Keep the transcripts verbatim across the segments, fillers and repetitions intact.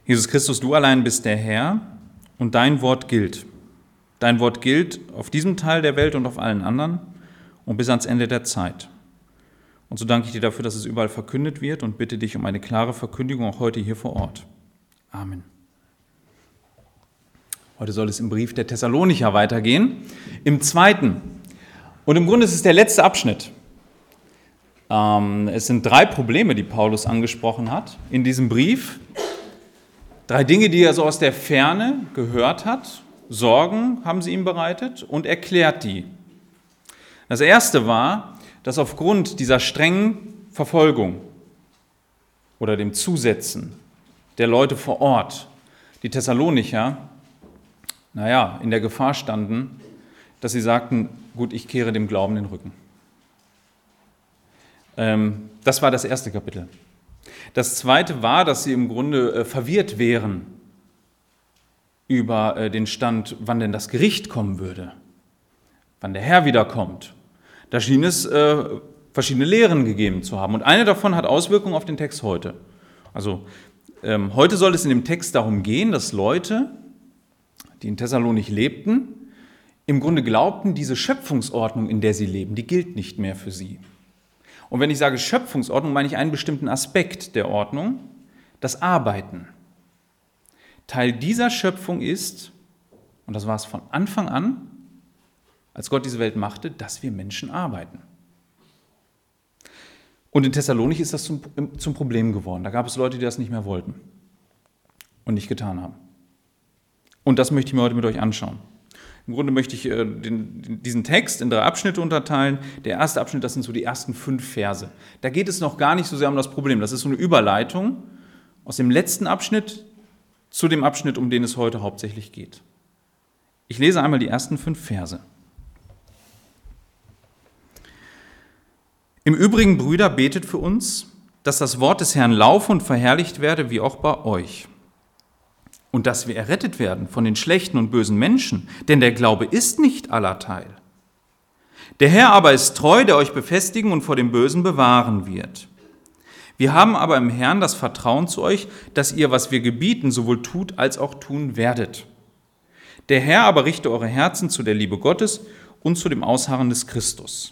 Jesus Christus, du allein bist der Herr und dein Wort gilt. Dein Wort gilt auf diesem Teil der Welt und auf allen anderen und bis ans Ende der Zeit. Und so danke ich dir dafür, dass es überall verkündet wird und bitte dich um eine klare Verkündigung auch heute hier vor Ort. Amen. Heute soll es im Brief der Thessalonicher weitergehen, im zweiten. Und im Grunde ist es der letzte Abschnitt. Ähm, es sind drei Probleme, die Paulus angesprochen hat in diesem Brief. Drei Dinge, die er so aus der Ferne gehört hat. Sorgen haben sie ihm bereitet und erklärt die. Das erste war, dass aufgrund dieser strengen Verfolgung oder dem Zusetzen der Leute vor Ort die Thessalonicher, naja, in der Gefahr standen, dass sie sagten, gut, ich kehre dem Glauben den Rücken. Ähm, das war das erste Kapitel. Das zweite war, dass sie im Grunde äh, verwirrt wären über äh, den Stand, wann denn das Gericht kommen würde, wann der Herr wiederkommt. Da schien es äh, verschiedene Lehren gegeben zu haben. Und eine davon hat Auswirkungen auf den Text heute. Also ähm, heute soll es in dem Text darum gehen, dass Leute, die in Thessalonich lebten, im Grunde glaubten, diese Schöpfungsordnung, in der sie leben, die gilt nicht mehr für sie. Und wenn ich sage Schöpfungsordnung, meine ich einen bestimmten Aspekt der Ordnung, das Arbeiten. Teil dieser Schöpfung ist, und das war es von Anfang an, als Gott diese Welt machte, dass wir Menschen arbeiten. Und in Thessalonich ist das zum, zum Problem geworden. Da gab es Leute, die das nicht mehr wollten und nicht getan haben. Und das möchte ich mir heute mit euch anschauen. Im Grunde möchte ich äh, den, diesen Text in drei Abschnitte unterteilen. Der erste Abschnitt, das sind so die ersten fünf Verse. Da geht es noch gar nicht so sehr um das Problem. Das ist so eine Überleitung aus dem letzten Abschnitt zu dem Abschnitt, um den es heute hauptsächlich geht. Ich lese einmal die ersten fünf Verse. Im Übrigen, Brüder, betet für uns, dass das Wort des Herrn laufe und verherrlicht werde, wie auch bei euch. Und dass wir errettet werden von den schlechten und bösen Menschen, denn der Glaube ist nicht aller Teil. Der Herr aber ist treu, der euch befestigen und vor dem Bösen bewahren wird. Wir haben aber im Herrn das Vertrauen zu euch, dass ihr, was wir gebieten, sowohl tut als auch tun werdet. Der Herr aber richte eure Herzen zu der Liebe Gottes und zu dem Ausharren des Christus.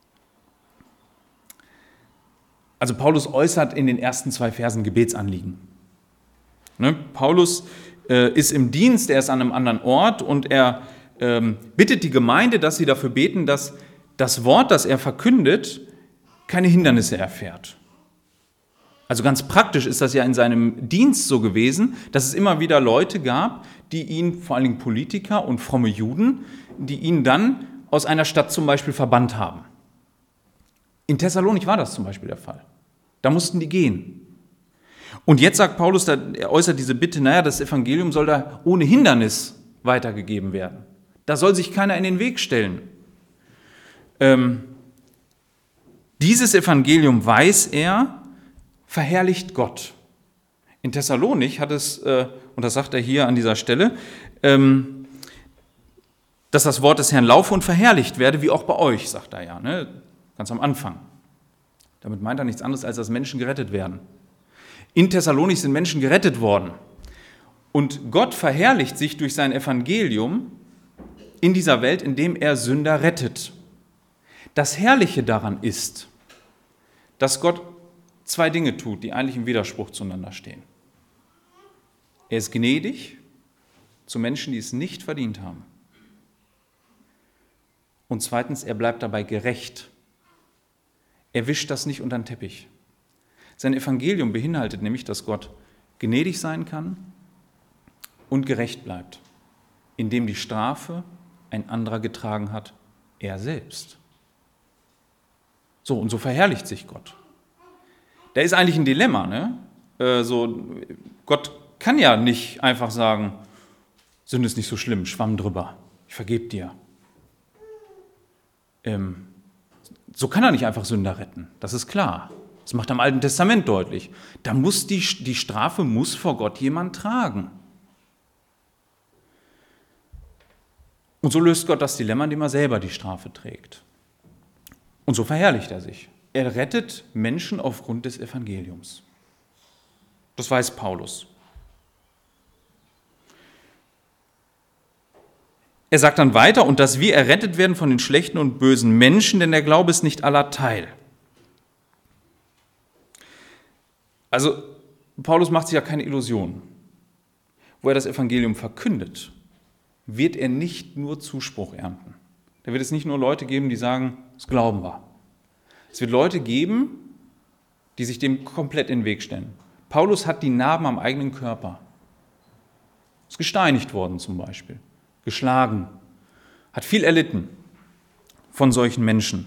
Also Paulus äußert in den ersten zwei Versen Gebetsanliegen. Ne? Paulus äh, ist im Dienst, er ist an einem anderen Ort und er ähm, bittet die Gemeinde, dass sie dafür beten, dass das Wort, das er verkündet, keine Hindernisse erfährt. Also ganz praktisch ist das ja in seinem Dienst so gewesen, dass es immer wieder Leute gab, die ihn, vor allen Dingen Politiker und fromme Juden, die ihn dann aus einer Stadt zum Beispiel verbannt haben. In Thessalonich war das zum Beispiel der Fall. Da mussten die gehen. Und jetzt sagt Paulus, er äußert diese Bitte, naja, das Evangelium soll da ohne Hindernis weitergegeben werden. Da soll sich keiner in den Weg stellen. Ähm, dieses Evangelium, weiß er, verherrlicht Gott. In Thessalonich hat es, äh, und das sagt er hier an dieser Stelle, ähm, dass das Wort des Herrn laufe und verherrlicht werde, wie auch bei euch, sagt er ja, ne? Ganz am Anfang. Damit meint er nichts anderes, als dass Menschen gerettet werden. In Thessalonich sind Menschen gerettet worden. Und Gott verherrlicht sich durch sein Evangelium in dieser Welt, indem er Sünder rettet. Das Herrliche daran ist, dass Gott zwei Dinge tut, die eigentlich im Widerspruch zueinander stehen. Er ist gnädig zu Menschen, die es nicht verdient haben. Und zweitens, er bleibt dabei gerecht. Er wischt das nicht unter den Teppich. Sein Evangelium beinhaltet nämlich, dass Gott gnädig sein kann und gerecht bleibt, indem die Strafe ein anderer getragen hat, er selbst. So, und so verherrlicht sich Gott. Da ist eigentlich ein Dilemma, ne? Äh, so, Gott kann ja nicht einfach sagen, Sünde ist nicht so schlimm, schwamm drüber, ich vergebe dir. Ähm, so kann er nicht einfach Sünder retten, das ist klar. Das macht er im Alten Testament deutlich. Da muss die, die Strafe muss vor Gott jemand tragen. Und so löst Gott das Dilemma, indem er selber die Strafe trägt. Und so verherrlicht er sich. Er rettet Menschen aufgrund des Evangeliums. Das weiß Paulus. Er sagt dann weiter, und dass wir errettet werden von den schlechten und bösen Menschen, denn der Glaube ist nicht aller Teil. Also Paulus macht sich ja keine Illusionen. Wo er das Evangelium verkündet, wird er nicht nur Zuspruch ernten. Da wird es nicht nur Leute geben, die sagen, das glauben wir. Es wird Leute geben, die sich dem komplett in den Weg stellen. Paulus hat die Narben am eigenen Körper. Ist gesteinigt worden zum Beispiel, geschlagen, hat viel erlitten von solchen Menschen.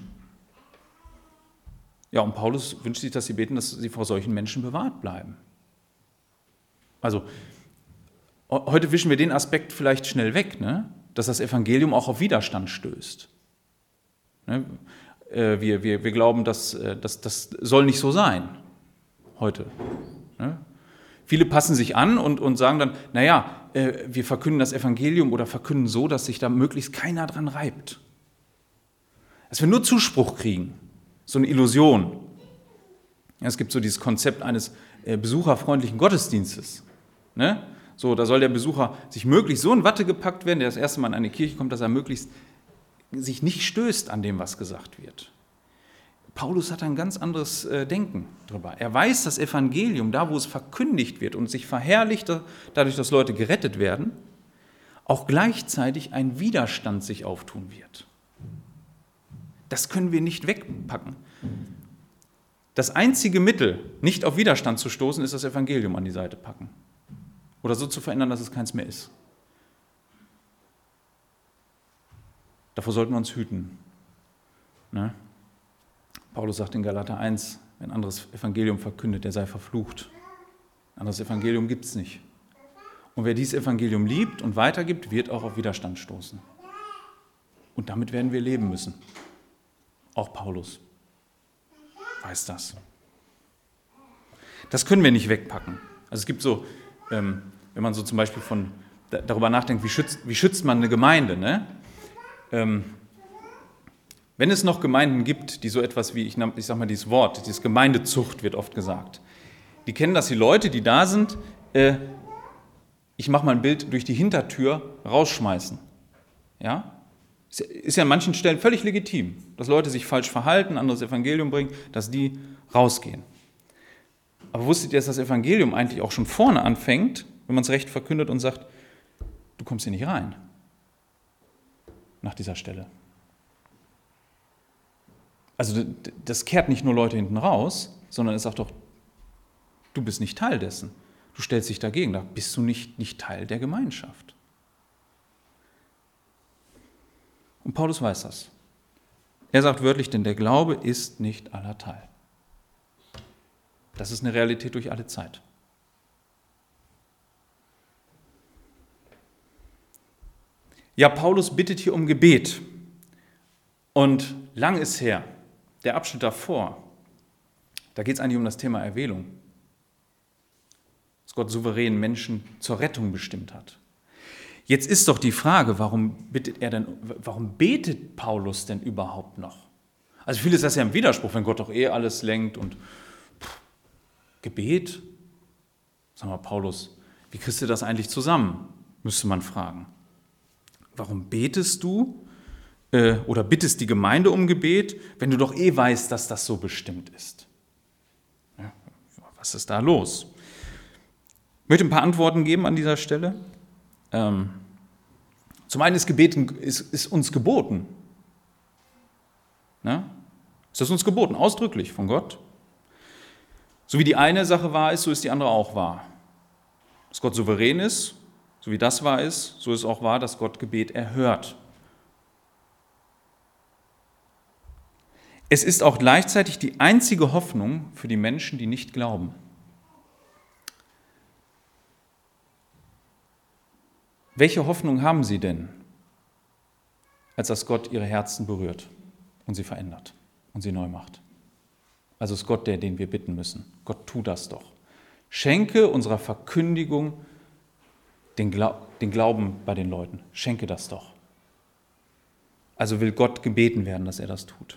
Ja, und Paulus wünscht sich, dass sie beten, dass sie vor solchen Menschen bewahrt bleiben. Also, heute wischen wir den Aspekt vielleicht schnell weg, ne? Dass das Evangelium auch auf Widerstand stößt. Ne? Wir, wir, wir glauben, dass, dass das soll nicht so sein heute. Ne? Viele passen sich an und, und sagen dann, naja, wir verkünden das Evangelium oder verkünden so, dass sich da möglichst keiner dran reibt. Dass wir nur Zuspruch kriegen, so eine Illusion. Ja, es gibt so dieses Konzept eines besucherfreundlichen Gottesdienstes. Ne? So, da soll der Besucher sich möglichst so in Watte gepackt werden, der das erste Mal in eine Kirche kommt, dass er möglichst sich nicht stößt an dem, was gesagt wird. Paulus hat ein ganz anderes äh, Denken darüber. Er weiß, das Evangelium, da wo es verkündigt wird und sich verherrlicht, dadurch, dass Leute gerettet werden, auch gleichzeitig ein Widerstand sich auftun wird. Das können wir nicht wegpacken. Das einzige Mittel, nicht auf Widerstand zu stoßen, ist das Evangelium an die Seite packen. Oder so zu verändern, dass es keins mehr ist. Davor sollten wir uns hüten. Ne? Paulus sagt in Galater eins, wer ein anderes Evangelium verkündet, der sei verflucht. Ein anderes Evangelium gibt es nicht. Und wer dieses Evangelium liebt und weitergibt, wird auch auf Widerstand stoßen. Und damit werden wir leben müssen. Auch Paulus weiß das. Das können wir nicht wegpacken. Also es gibt so, ähm, wenn man so zum Beispiel von, darüber nachdenkt, wie schützt, wie schützt man eine Gemeinde, ne? Ähm, wenn es noch Gemeinden gibt, die so etwas wie, ich, ich sag mal dieses Wort, dieses Gemeindezucht wird oft gesagt, die kennen das, die Leute, die da sind, äh, ich mache mal ein Bild, durch die Hintertür rausschmeißen. Ja? Ist ja an manchen Stellen völlig legitim, dass Leute sich falsch verhalten, ein anderes Evangelium bringen, dass die rausgehen. Aber wusstet ihr, dass das Evangelium eigentlich auch schon vorne anfängt, wenn man es recht verkündet und sagt, du kommst hier nicht rein, nach dieser Stelle. Also das kehrt nicht nur Leute hinten raus, sondern es sagt doch, du bist nicht Teil dessen. Du stellst dich dagegen, da bist du nicht, nicht Teil der Gemeinschaft. Und Paulus weiß das. Er sagt wörtlich, denn der Glaube ist nicht aller Teil. Das ist eine Realität durch alle Zeit. Ja, Paulus bittet hier um Gebet. Und lang ist her, der Abschnitt davor, da geht es eigentlich um das Thema Erwählung. Dass Gott souverän Menschen zur Rettung bestimmt hat. Jetzt ist doch die Frage, warum bittet er denn, warum betet Paulus denn überhaupt noch? Also vieles ist das ja im Widerspruch, wenn Gott doch eh alles lenkt und pff, Gebet. Sag mal, Paulus, wie kriegst du das eigentlich zusammen? Müsste man fragen. Warum betest du äh, oder bittest die Gemeinde um Gebet, wenn du doch eh weißt, dass das so bestimmt ist? Ja, was ist da los? Ich möchte ein paar Antworten geben an dieser Stelle. Ähm, zum einen ist Gebet ist, ist uns geboten. Na? Ist das uns geboten, ausdrücklich von Gott? So wie die eine Sache wahr ist, so ist die andere auch wahr. Dass Gott souverän ist, so wie das wahr ist, so ist auch wahr, dass Gott Gebet erhört. Es ist auch gleichzeitig die einzige Hoffnung für die Menschen, die nicht glauben. Welche Hoffnung haben sie denn, als dass Gott ihre Herzen berührt und sie verändert und sie neu macht? Also ist Gott der, den wir bitten müssen. Gott, tu das doch. Schenke unserer Verkündigung den, Gla- den Glauben bei den Leuten. Schenke das doch. Also will Gott gebeten werden, dass er das tut.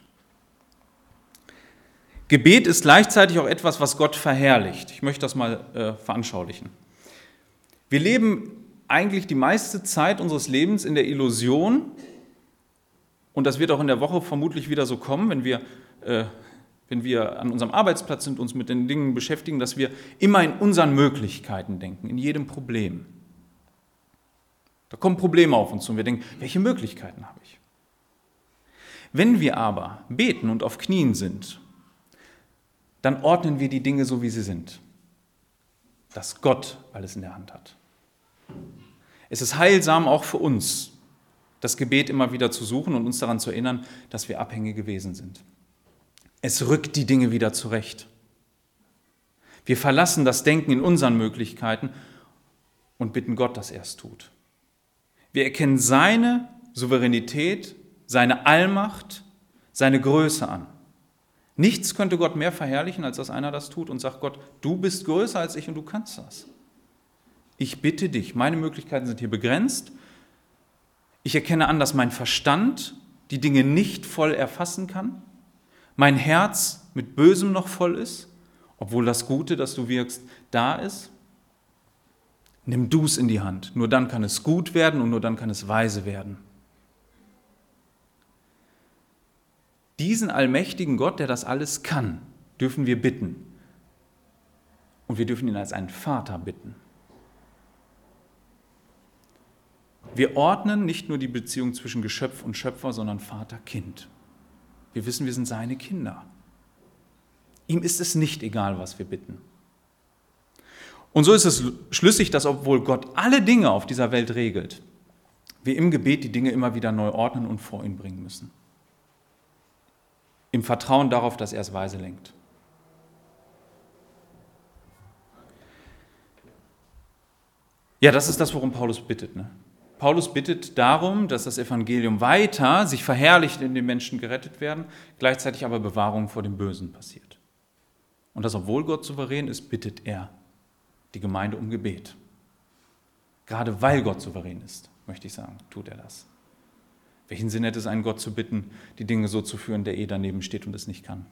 Gebet ist gleichzeitig auch etwas, was Gott verherrlicht. Ich möchte das mal äh, veranschaulichen. Wir leben eigentlich die meiste Zeit unseres Lebens in der Illusion, und das wird auch in der Woche vermutlich wieder so kommen, wenn wir, äh, wenn wir an unserem Arbeitsplatz sind, uns mit den Dingen beschäftigen, dass wir immer in unseren Möglichkeiten denken, in jedem Problem. Da kommen Probleme auf uns zu und wir denken, welche Möglichkeiten habe ich? Wenn wir aber beten und auf Knien sind, dann ordnen wir die Dinge so, wie sie sind. Dass Gott alles in der Hand hat. Es ist heilsam auch für uns, das Gebet immer wieder zu suchen und uns daran zu erinnern, dass wir Abhängige Wesen sind. Es rückt die Dinge wieder zurecht. Wir verlassen das Denken in unseren Möglichkeiten und bitten Gott, dass er es tut. Wir erkennen seine Souveränität, seine Allmacht, seine Größe an. Nichts könnte Gott mehr verherrlichen, als dass einer das tut und sagt, Gott, du bist größer als ich und du kannst das. Ich bitte dich, meine Möglichkeiten sind hier begrenzt. Ich erkenne an, dass mein Verstand die Dinge nicht voll erfassen kann, mein Herz mit Bösem noch voll ist, obwohl das Gute, das du wirkst, da ist. Nimm du es in die Hand. Nur dann kann es gut werden und nur dann kann es weise werden. Diesen allmächtigen Gott, der das alles kann, dürfen wir bitten. Und wir dürfen ihn als einen Vater bitten. Wir ordnen nicht nur die Beziehung zwischen Geschöpf und Schöpfer, sondern Vater-Kind. Wir wissen, wir sind seine Kinder. Ihm ist es nicht egal, was wir bitten. Und so ist es schlüssig, dass obwohl Gott alle Dinge auf dieser Welt regelt, wir im Gebet die Dinge immer wieder neu ordnen und vor ihn bringen müssen. Im Vertrauen darauf, dass er es weise lenkt. Ja, das ist das, worum Paulus bittet. Ne? Paulus bittet darum, dass das Evangelium weiter sich verherrlicht, indem Menschen gerettet werden, gleichzeitig aber Bewahrung vor dem Bösen passiert. Und dass, obwohl Gott souverän ist, bittet er die Gemeinde um Gebet. Gerade weil Gott souverän ist, möchte ich sagen, tut er das. Welchen Sinn hätte es, einen Gott zu bitten, die Dinge so zu führen, der eh daneben steht und es nicht kann?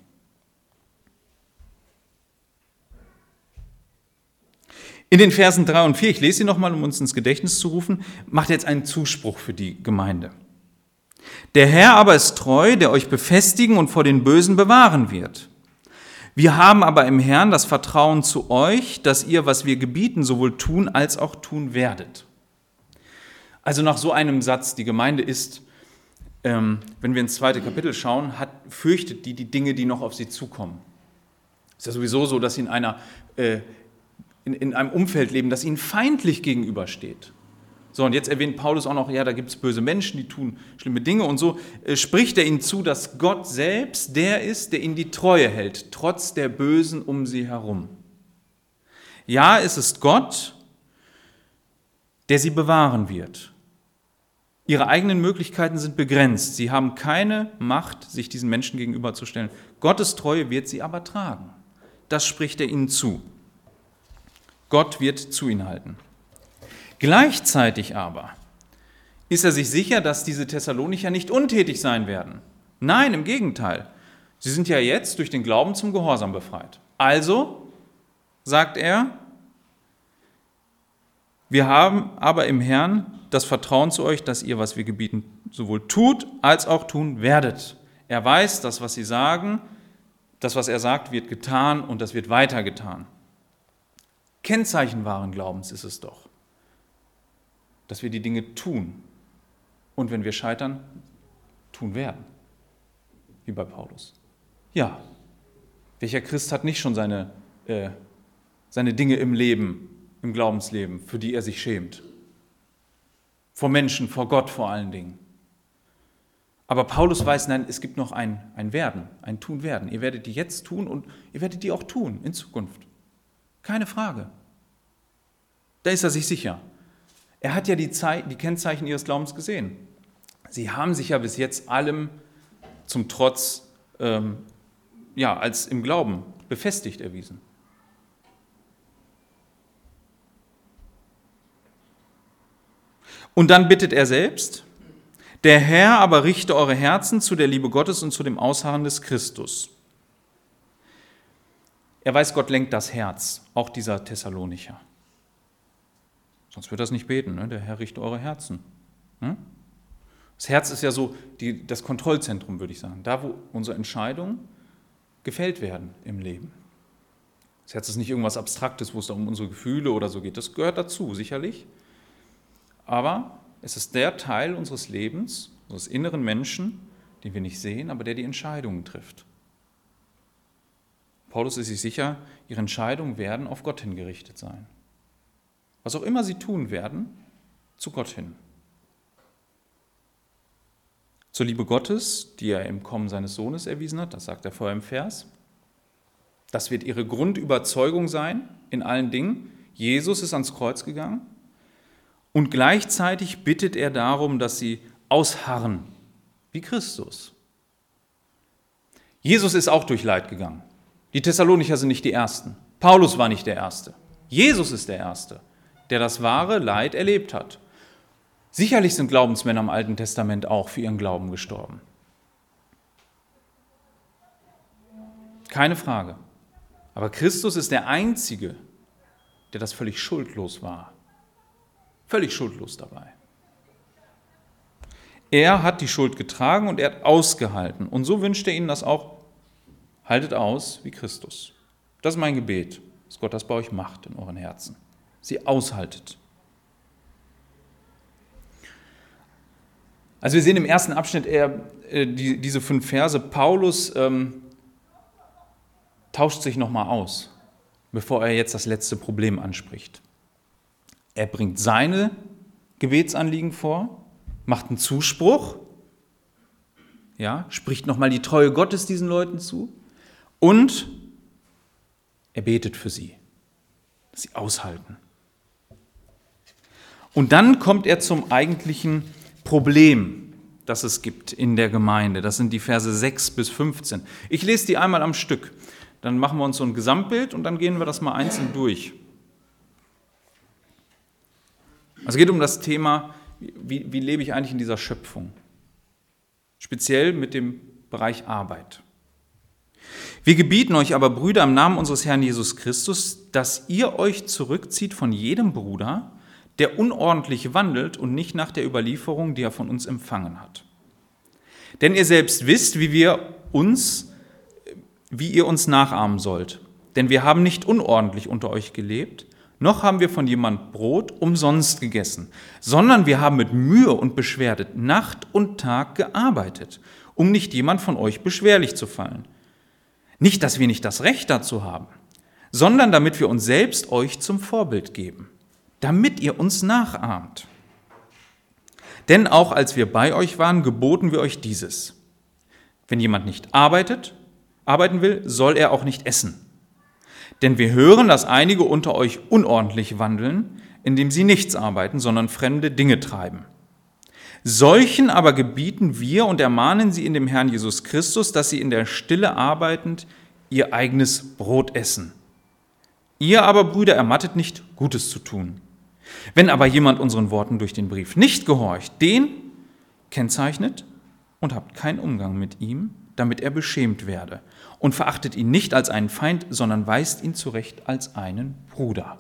In den Versen drei und vier, ich lese sie nochmal, um uns ins Gedächtnis zu rufen, macht er jetzt einen Zuspruch für die Gemeinde. Der Herr aber ist treu, der euch befestigen und vor den Bösen bewahren wird. Wir haben aber im Herrn das Vertrauen zu euch, dass ihr, was wir gebieten, sowohl tun als auch tun werdet. Also nach so einem Satz, die Gemeinde ist, ähm, wenn wir ins zweite Kapitel schauen, hat, fürchtet die die Dinge, die noch auf sie zukommen. Es ist ja sowieso so, dass sie in, einer, äh, in, in einem Umfeld leben, das ihnen feindlich gegenübersteht. So, und jetzt erwähnt Paulus auch noch, ja, da gibt es böse Menschen, die tun schlimme Dinge und so äh, spricht er ihnen zu, dass Gott selbst der ist, der ihnen die Treue hält, trotz der Bösen um sie herum. Ja, es ist Gott, der sie bewahren wird. Ihre eigenen Möglichkeiten sind begrenzt. Sie haben keine Macht, sich diesen Menschen gegenüberzustellen. Gottes Treue wird sie aber tragen. Das spricht er ihnen zu. Gott wird zu ihnen halten. Gleichzeitig aber ist er sich sicher, dass diese Thessalonicher nicht untätig sein werden. Nein, im Gegenteil. Sie sind ja jetzt durch den Glauben zum Gehorsam befreit. Also, sagt er, wir haben aber im Herrn das Vertrauen zu euch, dass ihr, was wir gebieten, sowohl tut, als auch tun werdet. Er weiß, dass was sie sagen, das, was er sagt, wird getan und das wird weitergetan. Kennzeichen wahren Glaubens ist es doch, dass wir die Dinge tun und wenn wir scheitern, tun werden. Wie bei Paulus. Ja, welcher Christ hat nicht schon seine, äh, seine Dinge im Leben, im Glaubensleben, für die er sich schämt? Vor Menschen, vor Gott vor allen Dingen. Aber Paulus weiß, nein, es gibt noch ein, ein Werden, ein Tun-Werden. Ihr werdet die jetzt tun und ihr werdet die auch tun in Zukunft. Keine Frage. Da ist er sich sicher. Er hat ja die, Zei- die Kennzeichen ihres Glaubens gesehen. Sie haben sich ja bis jetzt allem zum Trotz ähm, ja, als im Glauben befestigt erwiesen. Und dann bittet er selbst, der Herr aber richte eure Herzen zu der Liebe Gottes und zu dem Ausharren des Christus. Er weiß, Gott lenkt das Herz, auch dieser Thessalonicher. Sonst wird das nicht beten, ne? Der Herr richte eure Herzen. Ne? Das Herz ist ja so die, das Kontrollzentrum, würde ich sagen. Da, wo unsere Entscheidungen gefällt werden im Leben. Das Herz ist nicht irgendwas Abstraktes, wo es da um unsere Gefühle oder so geht. Das gehört dazu, sicherlich. Aber es ist der Teil unseres Lebens, unseres inneren Menschen, den wir nicht sehen, aber der die Entscheidungen trifft. Paulus ist sich sicher, ihre Entscheidungen werden auf Gott hingerichtet sein. Was auch immer sie tun werden, zu Gott hin. Zur Liebe Gottes, die er im Kommen seines Sohnes erwiesen hat, das sagt er vorher im Vers. Das wird ihre Grundüberzeugung sein in allen Dingen. Jesus ist ans Kreuz gegangen und gleichzeitig bittet er darum, dass sie ausharren, wie Christus. Jesus ist auch durch Leid gegangen. Die Thessalonicher sind nicht die Ersten. Paulus war nicht der Erste. Jesus ist der Erste, der das wahre Leid erlebt hat. Sicherlich sind Glaubensmänner im Alten Testament auch für ihren Glauben gestorben. Keine Frage. Aber Christus ist der Einzige, der das völlig schuldlos war. Völlig schuldlos dabei. Er hat die Schuld getragen und er hat ausgehalten. Und so wünscht er ihnen das auch. Haltet aus wie Christus. Das ist mein Gebet, dass Gott das bei euch macht in euren Herzen. Sie aushaltet. Also wir sehen im ersten Abschnitt eher äh, die, diese fünf Verse. Paulus ähm, tauscht sich nochmal aus, bevor er jetzt das letzte Problem anspricht. Er bringt seine Gebetsanliegen vor, macht einen Zuspruch, ja, spricht nochmal die Treue Gottes diesen Leuten zu und er betet für sie, dass sie aushalten. Und dann kommt er zum eigentlichen Problem, das es gibt in der Gemeinde. Das sind die Verse sechs bis fünfzehn. Ich lese die einmal am Stück. Dann machen wir uns so ein Gesamtbild und dann gehen wir das mal einzeln durch. Also es geht um das Thema, wie, wie lebe ich eigentlich in dieser Schöpfung? Speziell mit dem Bereich Arbeit. Wir gebieten euch aber, Brüder, im Namen unseres Herrn Jesus Christus, dass ihr euch zurückzieht von jedem Bruder, der unordentlich wandelt und nicht nach der Überlieferung, die er von uns empfangen hat. Denn ihr selbst wisst, wie wir uns, wie ihr uns nachahmen sollt. Denn wir haben nicht unordentlich unter euch gelebt, noch haben wir von jemand Brot umsonst gegessen, sondern wir haben mit Mühe und Beschwerde Nacht und Tag gearbeitet, um nicht jemand von euch beschwerlich zu fallen. Nicht, dass wir nicht das Recht dazu haben, sondern damit wir uns selbst euch zum Vorbild geben, damit ihr uns nachahmt. Denn auch als wir bei euch waren, geboten wir euch dieses. Wenn jemand nicht arbeitet, arbeiten will, soll er auch nicht essen. Denn wir hören, dass einige unter euch unordentlich wandeln, indem sie nichts arbeiten, sondern fremde Dinge treiben. Solchen aber gebieten wir und ermahnen sie in dem Herrn Jesus Christus, dass sie in der Stille arbeitend ihr eigenes Brot essen. Ihr aber, Brüder, ermattet nicht, Gutes zu tun. Wenn aber jemand unseren Worten durch den Brief nicht gehorcht, den kennzeichnet und habt keinen Umgang mit ihm, damit er beschämt werde, und verachtet ihn nicht als einen Feind, sondern weist ihn zurecht als einen Bruder.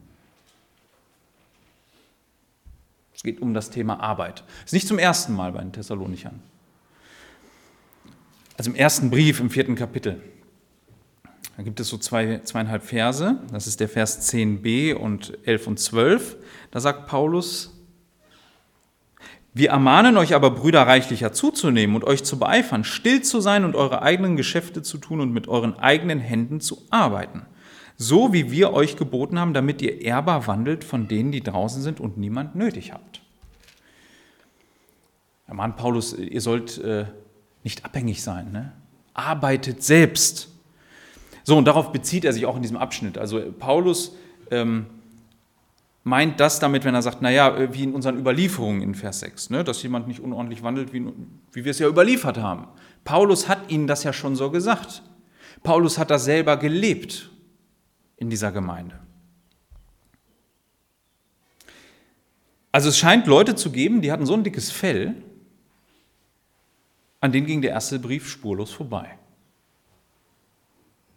Es geht um das Thema Arbeit. Das ist nicht zum ersten Mal bei den Thessalonichern. Also im ersten Brief, im vierten Kapitel, da gibt es so zwei, zweieinhalb Verse. Das ist der Vers zehn b und elf und zwölf. Da sagt Paulus: Wir ermahnen euch aber, Brüder, reichlicher zuzunehmen und euch zu beeifern, still zu sein und eure eigenen Geschäfte zu tun und mit euren eigenen Händen zu arbeiten. So wie wir euch geboten haben, damit ihr ehrbar wandelt von denen, die draußen sind und niemand nötig habt. Er mahnt Paulus, ihr sollt äh, nicht abhängig sein, ne? Arbeitet selbst. So, und darauf bezieht er sich auch in diesem Abschnitt. Also Paulus ähm, meint das damit, wenn er sagt, naja, wie in unseren Überlieferungen in Vers sechs, ne, dass jemand nicht unordentlich wandelt, wie, wie wir es ja überliefert haben. Paulus hat ihnen das ja schon so gesagt. Paulus hat das selber gelebt in dieser Gemeinde. Also es scheint Leute zu geben, die hatten so ein dickes Fell, an denen ging der erste Brief spurlos vorbei.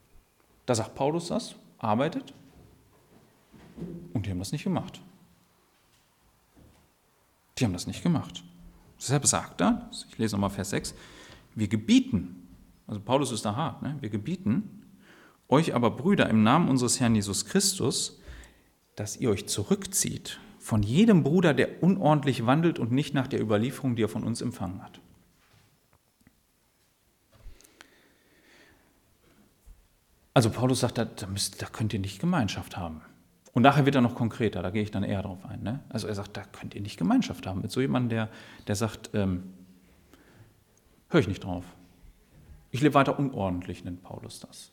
Da sagt Paulus das, arbeitet, und die haben das nicht gemacht. Die haben das nicht gemacht. Deshalb sagt er, ich lese nochmal Vers sechs, wir gebieten, also Paulus ist da hart, ne? Wir gebieten euch aber, Brüder, im Namen unseres Herrn Jesus Christus, dass ihr euch zurückzieht von jedem Bruder, der unordentlich wandelt und nicht nach der Überlieferung, die er von uns empfangen hat. Also Paulus sagt, da, da, müsst, da könnt ihr nicht Gemeinschaft haben. Und nachher wird er noch konkreter, da gehe ich dann eher drauf ein. Ne? Also er sagt, da könnt ihr nicht Gemeinschaft haben mit so jemandem, der, der sagt, ähm, höre ich nicht drauf. Ich lebe weiter unordentlich, nennt Paulus das.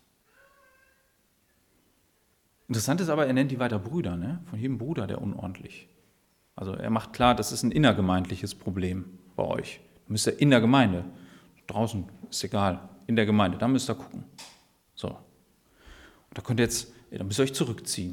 Interessant ist aber, er nennt die weiter Brüder, ne? Von jedem Bruder, der unordentlich. Also er macht klar, das ist ein innergemeindliches Problem bei euch. Da müsst ihr in der Gemeinde, draußen ist egal, in der Gemeinde, da müsst ihr gucken. So. Und da könnt ihr jetzt, da müsst ihr euch zurückziehen.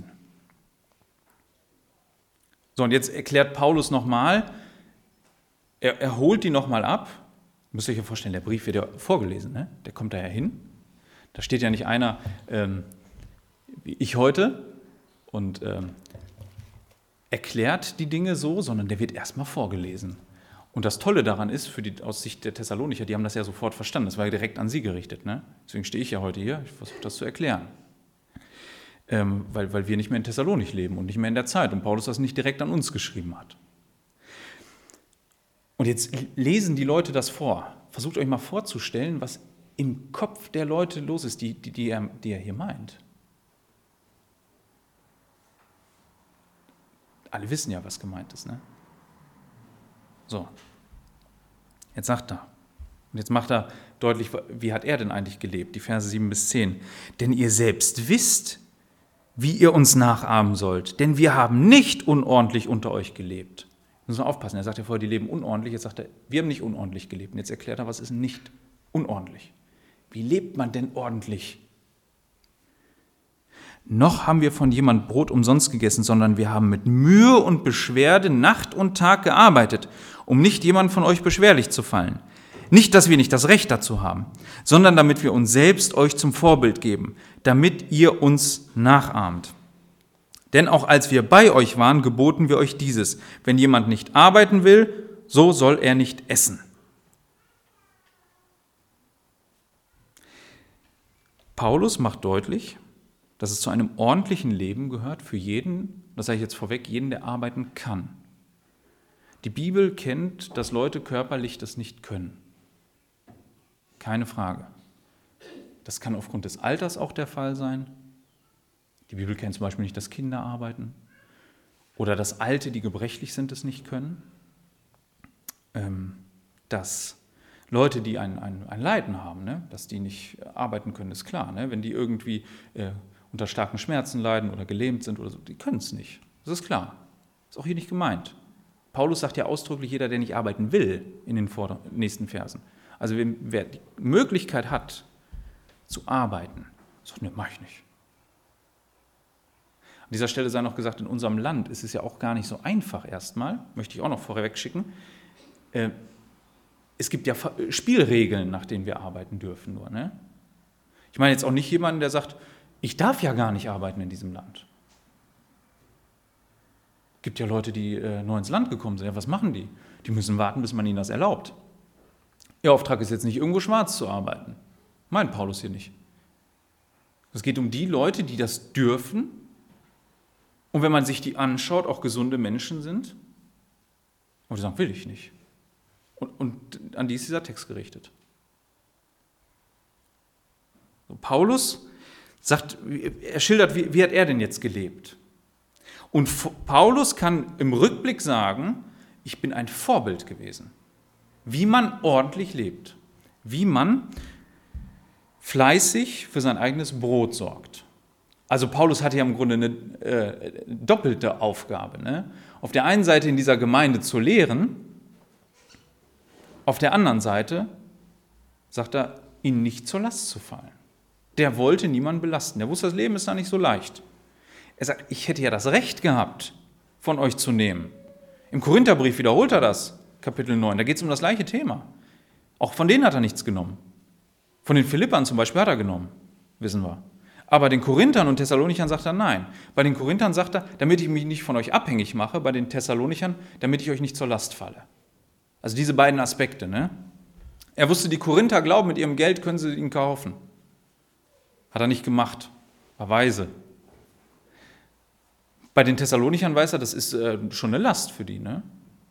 So, und jetzt erklärt Paulus nochmal, er, er holt die nochmal ab. Müsst ihr euch ja vorstellen, der Brief wird ja vorgelesen, ne? Der kommt da ja hin. Da steht ja nicht einer, ähm, wie ich heute, und ähm, erklärt die Dinge so, sondern der wird erstmal vorgelesen. Und das Tolle daran ist, für die, aus Sicht der Thessalonicher, die haben das ja sofort verstanden, das war ja direkt an sie gerichtet. Ne? Deswegen stehe ich ja heute hier, ich versuche das zu erklären. Ähm, weil, weil wir nicht mehr in Thessalonik leben und nicht mehr in der Zeit und Paulus das nicht direkt an uns geschrieben hat. Und jetzt lesen die Leute das vor. Versucht euch mal vorzustellen, was im Kopf der Leute los ist, die, die, die, er, die er hier meint. Alle wissen ja, was gemeint ist, ne? So, jetzt sagt er, und jetzt macht er deutlich, wie hat er denn eigentlich gelebt? Die Verse sieben bis zehn. Denn ihr selbst wisst, wie ihr uns nachahmen sollt, denn wir haben nicht unordentlich unter euch gelebt. Müssen wir aufpassen, er sagt ja vorher, die leben unordentlich, jetzt sagt er, wir haben nicht unordentlich gelebt. Und jetzt erklärt er, was ist nicht unordentlich? Wie lebt man denn ordentlich? Noch haben wir von jemand Brot umsonst gegessen, sondern wir haben mit Mühe und Beschwerde Nacht und Tag gearbeitet, um nicht jemand von euch beschwerlich zu fallen. Nicht, dass wir nicht das Recht dazu haben, sondern damit wir uns selbst euch zum Vorbild geben, damit ihr uns nachahmt. Denn auch als wir bei euch waren, geboten wir euch dieses: Wenn jemand nicht arbeiten will, so soll er nicht essen. Paulus macht deutlich, dass es zu einem ordentlichen Leben gehört für jeden, das sage ich jetzt vorweg, jeden, der arbeiten kann. Die Bibel kennt, dass Leute körperlich das nicht können. Keine Frage. Das kann aufgrund des Alters auch der Fall sein. Die Bibel kennt zum Beispiel nicht, dass Kinder arbeiten oder dass Alte, die gebrechlich sind, es nicht können. Ähm, dass Leute, die ein, ein, ein Leiden haben, ne, dass die nicht arbeiten können, ist klar. Ne? Wenn die irgendwie äh, unter starken Schmerzen leiden oder gelähmt sind oder so, die können es nicht. Das ist klar. Ist auch hier nicht gemeint. Paulus sagt ja ausdrücklich, jeder, der nicht arbeiten will, in den vor- nächsten Versen. Also wer die Möglichkeit hat, zu arbeiten, sagt, ne, mach ich nicht. An dieser Stelle sei noch gesagt, in unserem Land ist es ja auch gar nicht so einfach erstmal, möchte ich auch noch vorweg schicken. Äh, es gibt ja Spielregeln, nach denen wir arbeiten dürfen nur. Ne? Ich meine jetzt auch nicht jemanden, der sagt, ich darf ja gar nicht arbeiten in diesem Land. Es gibt ja Leute, die äh, neu ins Land gekommen sind. Ja, was machen die? Die müssen warten, bis man ihnen das erlaubt. Ihr Auftrag ist jetzt nicht, irgendwo schwarz zu arbeiten. Meint Paulus hier nicht. Es geht um die Leute, die das dürfen. Und wenn man sich die anschaut, auch gesunde Menschen sind. Und die sagen, will ich nicht. Und, und an die ist dieser Text gerichtet. So, Paulus sagt, er schildert, wie, wie hat er denn jetzt gelebt? Und Paulus kann im Rückblick sagen, ich bin ein Vorbild gewesen. Wie man ordentlich lebt, wie man fleißig für sein eigenes Brot sorgt. Also Paulus hatte ja im Grunde eine äh, doppelte Aufgabe. Ne? Auf der einen Seite in dieser Gemeinde zu lehren, auf der anderen Seite, sagt er, ihnen nicht zur Last zu fallen. Der wollte niemanden belasten. Der wusste, das Leben ist da nicht so leicht. Er sagt, ich hätte ja das Recht gehabt, von euch zu nehmen. Im Korintherbrief wiederholt er das. Kapitel neun, da geht es um das gleiche Thema. Auch von denen hat er nichts genommen. Von den Philippern zum Beispiel hat er genommen, wissen wir. Aber den Korinthern und Thessalonichern sagt er nein. Bei den Korinthern sagt er, damit ich mich nicht von euch abhängig mache, bei den Thessalonichern, damit ich euch nicht zur Last falle. Also diese beiden Aspekte. Ne? Er wusste, die Korinther glauben, mit ihrem Geld können sie ihn kaufen. Hat er nicht gemacht. War weise. Bei den Thessalonichern weiß er, das ist äh, schon eine Last für die. Ne?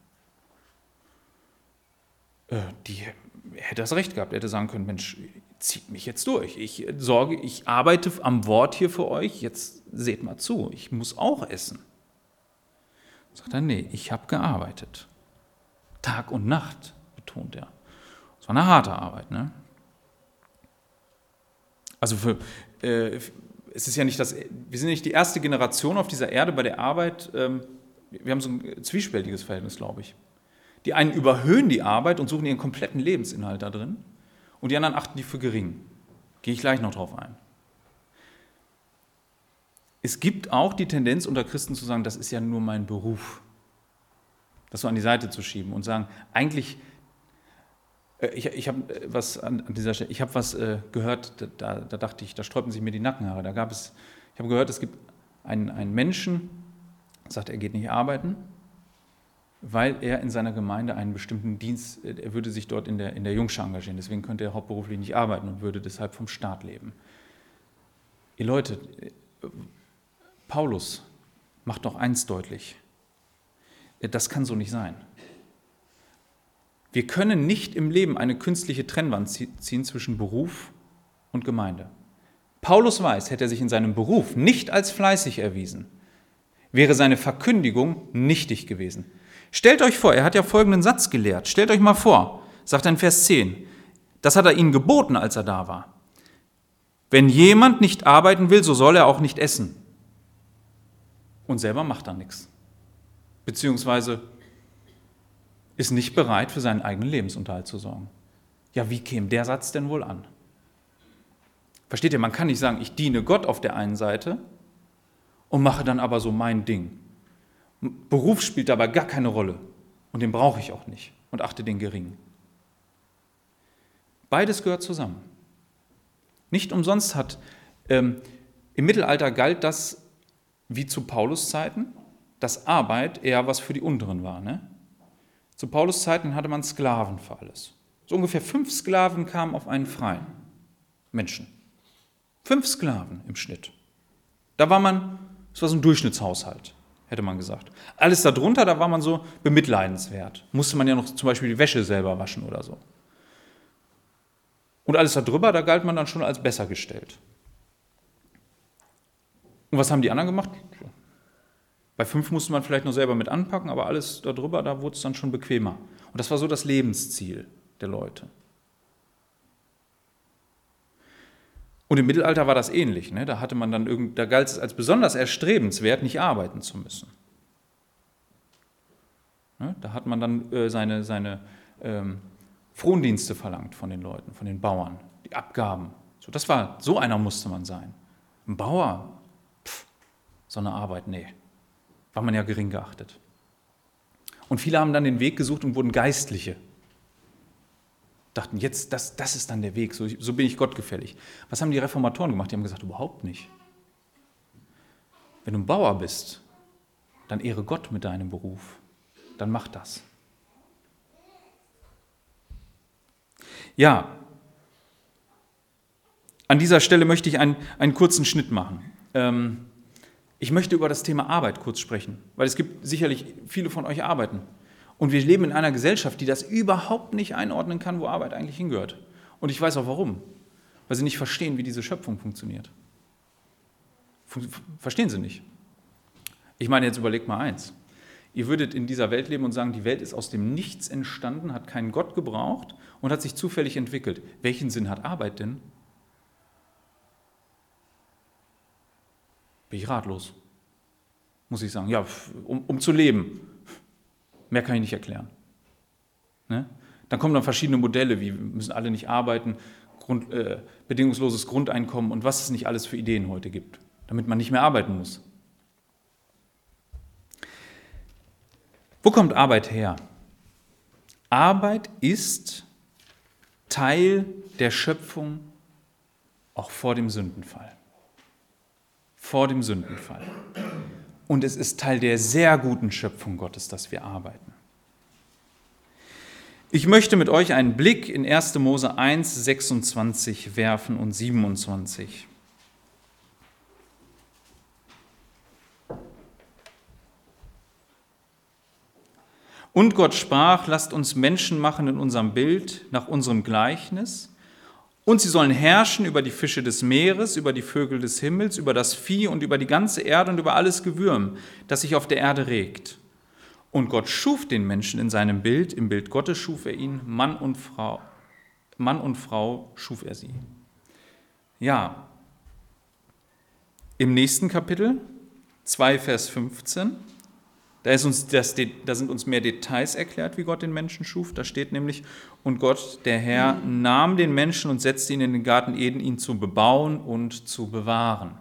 Äh, die hätte das Recht gehabt. Er hätte sagen können, Mensch, zieht mich jetzt durch. Ich sorge, ich arbeite am Wort hier für euch. Jetzt seht mal zu, ich muss auch essen. Sagt er, nee, ich habe gearbeitet. Tag und Nacht, betont er. Das war eine harte Arbeit, ne? Also für, äh, es ist ja nicht das, wir sind nicht die erste Generation auf dieser Erde bei der Arbeit. Ähm, wir haben so ein zwiespältiges Verhältnis, glaube ich. Die einen überhöhen die Arbeit und suchen ihren kompletten Lebensinhalt da drin und die anderen achten die für gering. Gehe ich gleich noch drauf ein. Es gibt auch die Tendenz unter Christen zu sagen, das ist ja nur mein Beruf. Das so an die Seite zu schieben und sagen, eigentlich, äh, ich, ich habe was an, an dieser Stelle, ich habe was äh, gehört, da, da dachte ich, da sträubten sich mir die Nackenhaare. Da gab es, ich habe gehört, es gibt einen, einen Menschen, sagt, er geht nicht arbeiten, weil er in seiner Gemeinde einen bestimmten Dienst, er würde sich dort in der, in der Jungschar engagieren, deswegen könnte er hauptberuflich nicht arbeiten und würde deshalb vom Staat leben. Ihr Leute, Paulus macht doch eins deutlich, das kann so nicht sein. Wir können nicht im Leben eine künstliche Trennwand ziehen zwischen Beruf und Gemeinde. Paulus weiß, hätte er sich in seinem Beruf nicht als fleißig erwiesen, wäre seine Verkündigung nichtig gewesen. Stellt euch vor, er hat ja folgenden Satz gelehrt. Stellt euch mal vor, sagt er in Vers zehn, das hat er ihnen geboten, als er da war. Wenn jemand nicht arbeiten will, so soll er auch nicht essen. Und selber macht er nichts. Beziehungsweise ist nicht bereit, für seinen eigenen Lebensunterhalt zu sorgen. Ja, wie käme der Satz denn wohl an? Versteht ihr, man kann nicht sagen, ich diene Gott auf der einen Seite und mache dann aber so mein Ding. Beruf spielt dabei gar keine Rolle und den brauche ich auch nicht und achte den gering. Beides gehört zusammen. Nicht umsonst hat ähm, im Mittelalter galt das wie zu Paulus Zeiten, dass Arbeit eher was für die Unteren war. Ne? Zu Paulus Zeiten hatte man Sklaven für alles. So ungefähr fünf Sklaven kamen auf einen freien Menschen. Fünf Sklaven im Schnitt. Da war man, das war so ein Durchschnittshaushalt, hätte man gesagt. Alles darunter, da war man so bemitleidenswert. Musste man ja noch zum Beispiel die Wäsche selber waschen oder so. Und alles darüber, da galt man dann schon als besser gestellt. Und was haben die anderen gemacht? Bei fünf musste man vielleicht noch selber mit anpacken, aber alles darüber, da wurde es dann schon bequemer. Und das war so das Lebensziel der Leute. Und im Mittelalter war das ähnlich. Ne? Da hatte man dann irgend, da galt es als besonders erstrebenswert, nicht arbeiten zu müssen. Ne? Da hat man dann äh, seine, seine ähm, Frondienste verlangt von den Leuten, von den Bauern, die Abgaben. So, das war, so einer musste man sein. Ein Bauer, pff, so eine Arbeit, nee, war man ja gering geachtet. Und viele haben dann den Weg gesucht und wurden Geistliche. Dachten, jetzt, das, das ist dann der Weg, so, so bin ich Gott gefällig. Was haben die Reformatoren gemacht? Die haben gesagt, überhaupt nicht. Wenn du ein Bauer bist, dann ehre Gott mit deinem Beruf. Dann mach das. Ja, an dieser Stelle möchte ich einen, einen kurzen Schnitt machen. Ähm, ich möchte über das Thema Arbeit kurz sprechen, weil es gibt sicherlich viele von euch arbeiten. Und wir leben in einer Gesellschaft, die das überhaupt nicht einordnen kann, wo Arbeit eigentlich hingehört. Und ich weiß auch warum. Weil sie nicht verstehen, wie diese Schöpfung funktioniert. Verstehen sie nicht. Ich meine, jetzt überlegt mal eins. Ihr würdet in dieser Welt leben und sagen, die Welt ist aus dem Nichts entstanden, hat keinen Gott gebraucht und hat sich zufällig entwickelt. Welchen Sinn hat Arbeit denn? Bin ich ratlos. Muss ich sagen. Ja, um, um zu leben. Mehr kann ich nicht erklären. Ne? Dann kommen dann verschiedene Modelle, wie wir müssen alle nicht arbeiten, Grund, äh, bedingungsloses Grundeinkommen und was es nicht alles für Ideen heute gibt, damit man nicht mehr arbeiten muss. Wo kommt Arbeit her? Arbeit ist Teil der Schöpfung auch vor dem Sündenfall. vor dem Sündenfall. Und es ist Teil der sehr guten Schöpfung Gottes, dass wir arbeiten. Ich möchte mit euch einen Blick in erster Mose eins, sechsundzwanzig werfen und siebenundzwanzig. Und Gott sprach, lasst uns Menschen machen in unserem Bild, nach unserem Gleichnis. Und sie sollen herrschen über die Fische des Meeres, über die Vögel des Himmels, über das Vieh und über die ganze Erde und über alles Gewürm, das sich auf der Erde regt. Und Gott schuf den Menschen in seinem Bild, im Bild Gottes schuf er ihn, Mann und Frau, Mann und Frau schuf er sie. Ja, im nächsten Kapitel, zwei Vers fünfzehn, Da, ist uns das, da sind uns mehr Details erklärt, wie Gott den Menschen schuf. Da steht nämlich, und Gott, der Herr, nahm den Menschen und setzte ihn in den Garten Eden, ihn zu bebauen und zu bewahren.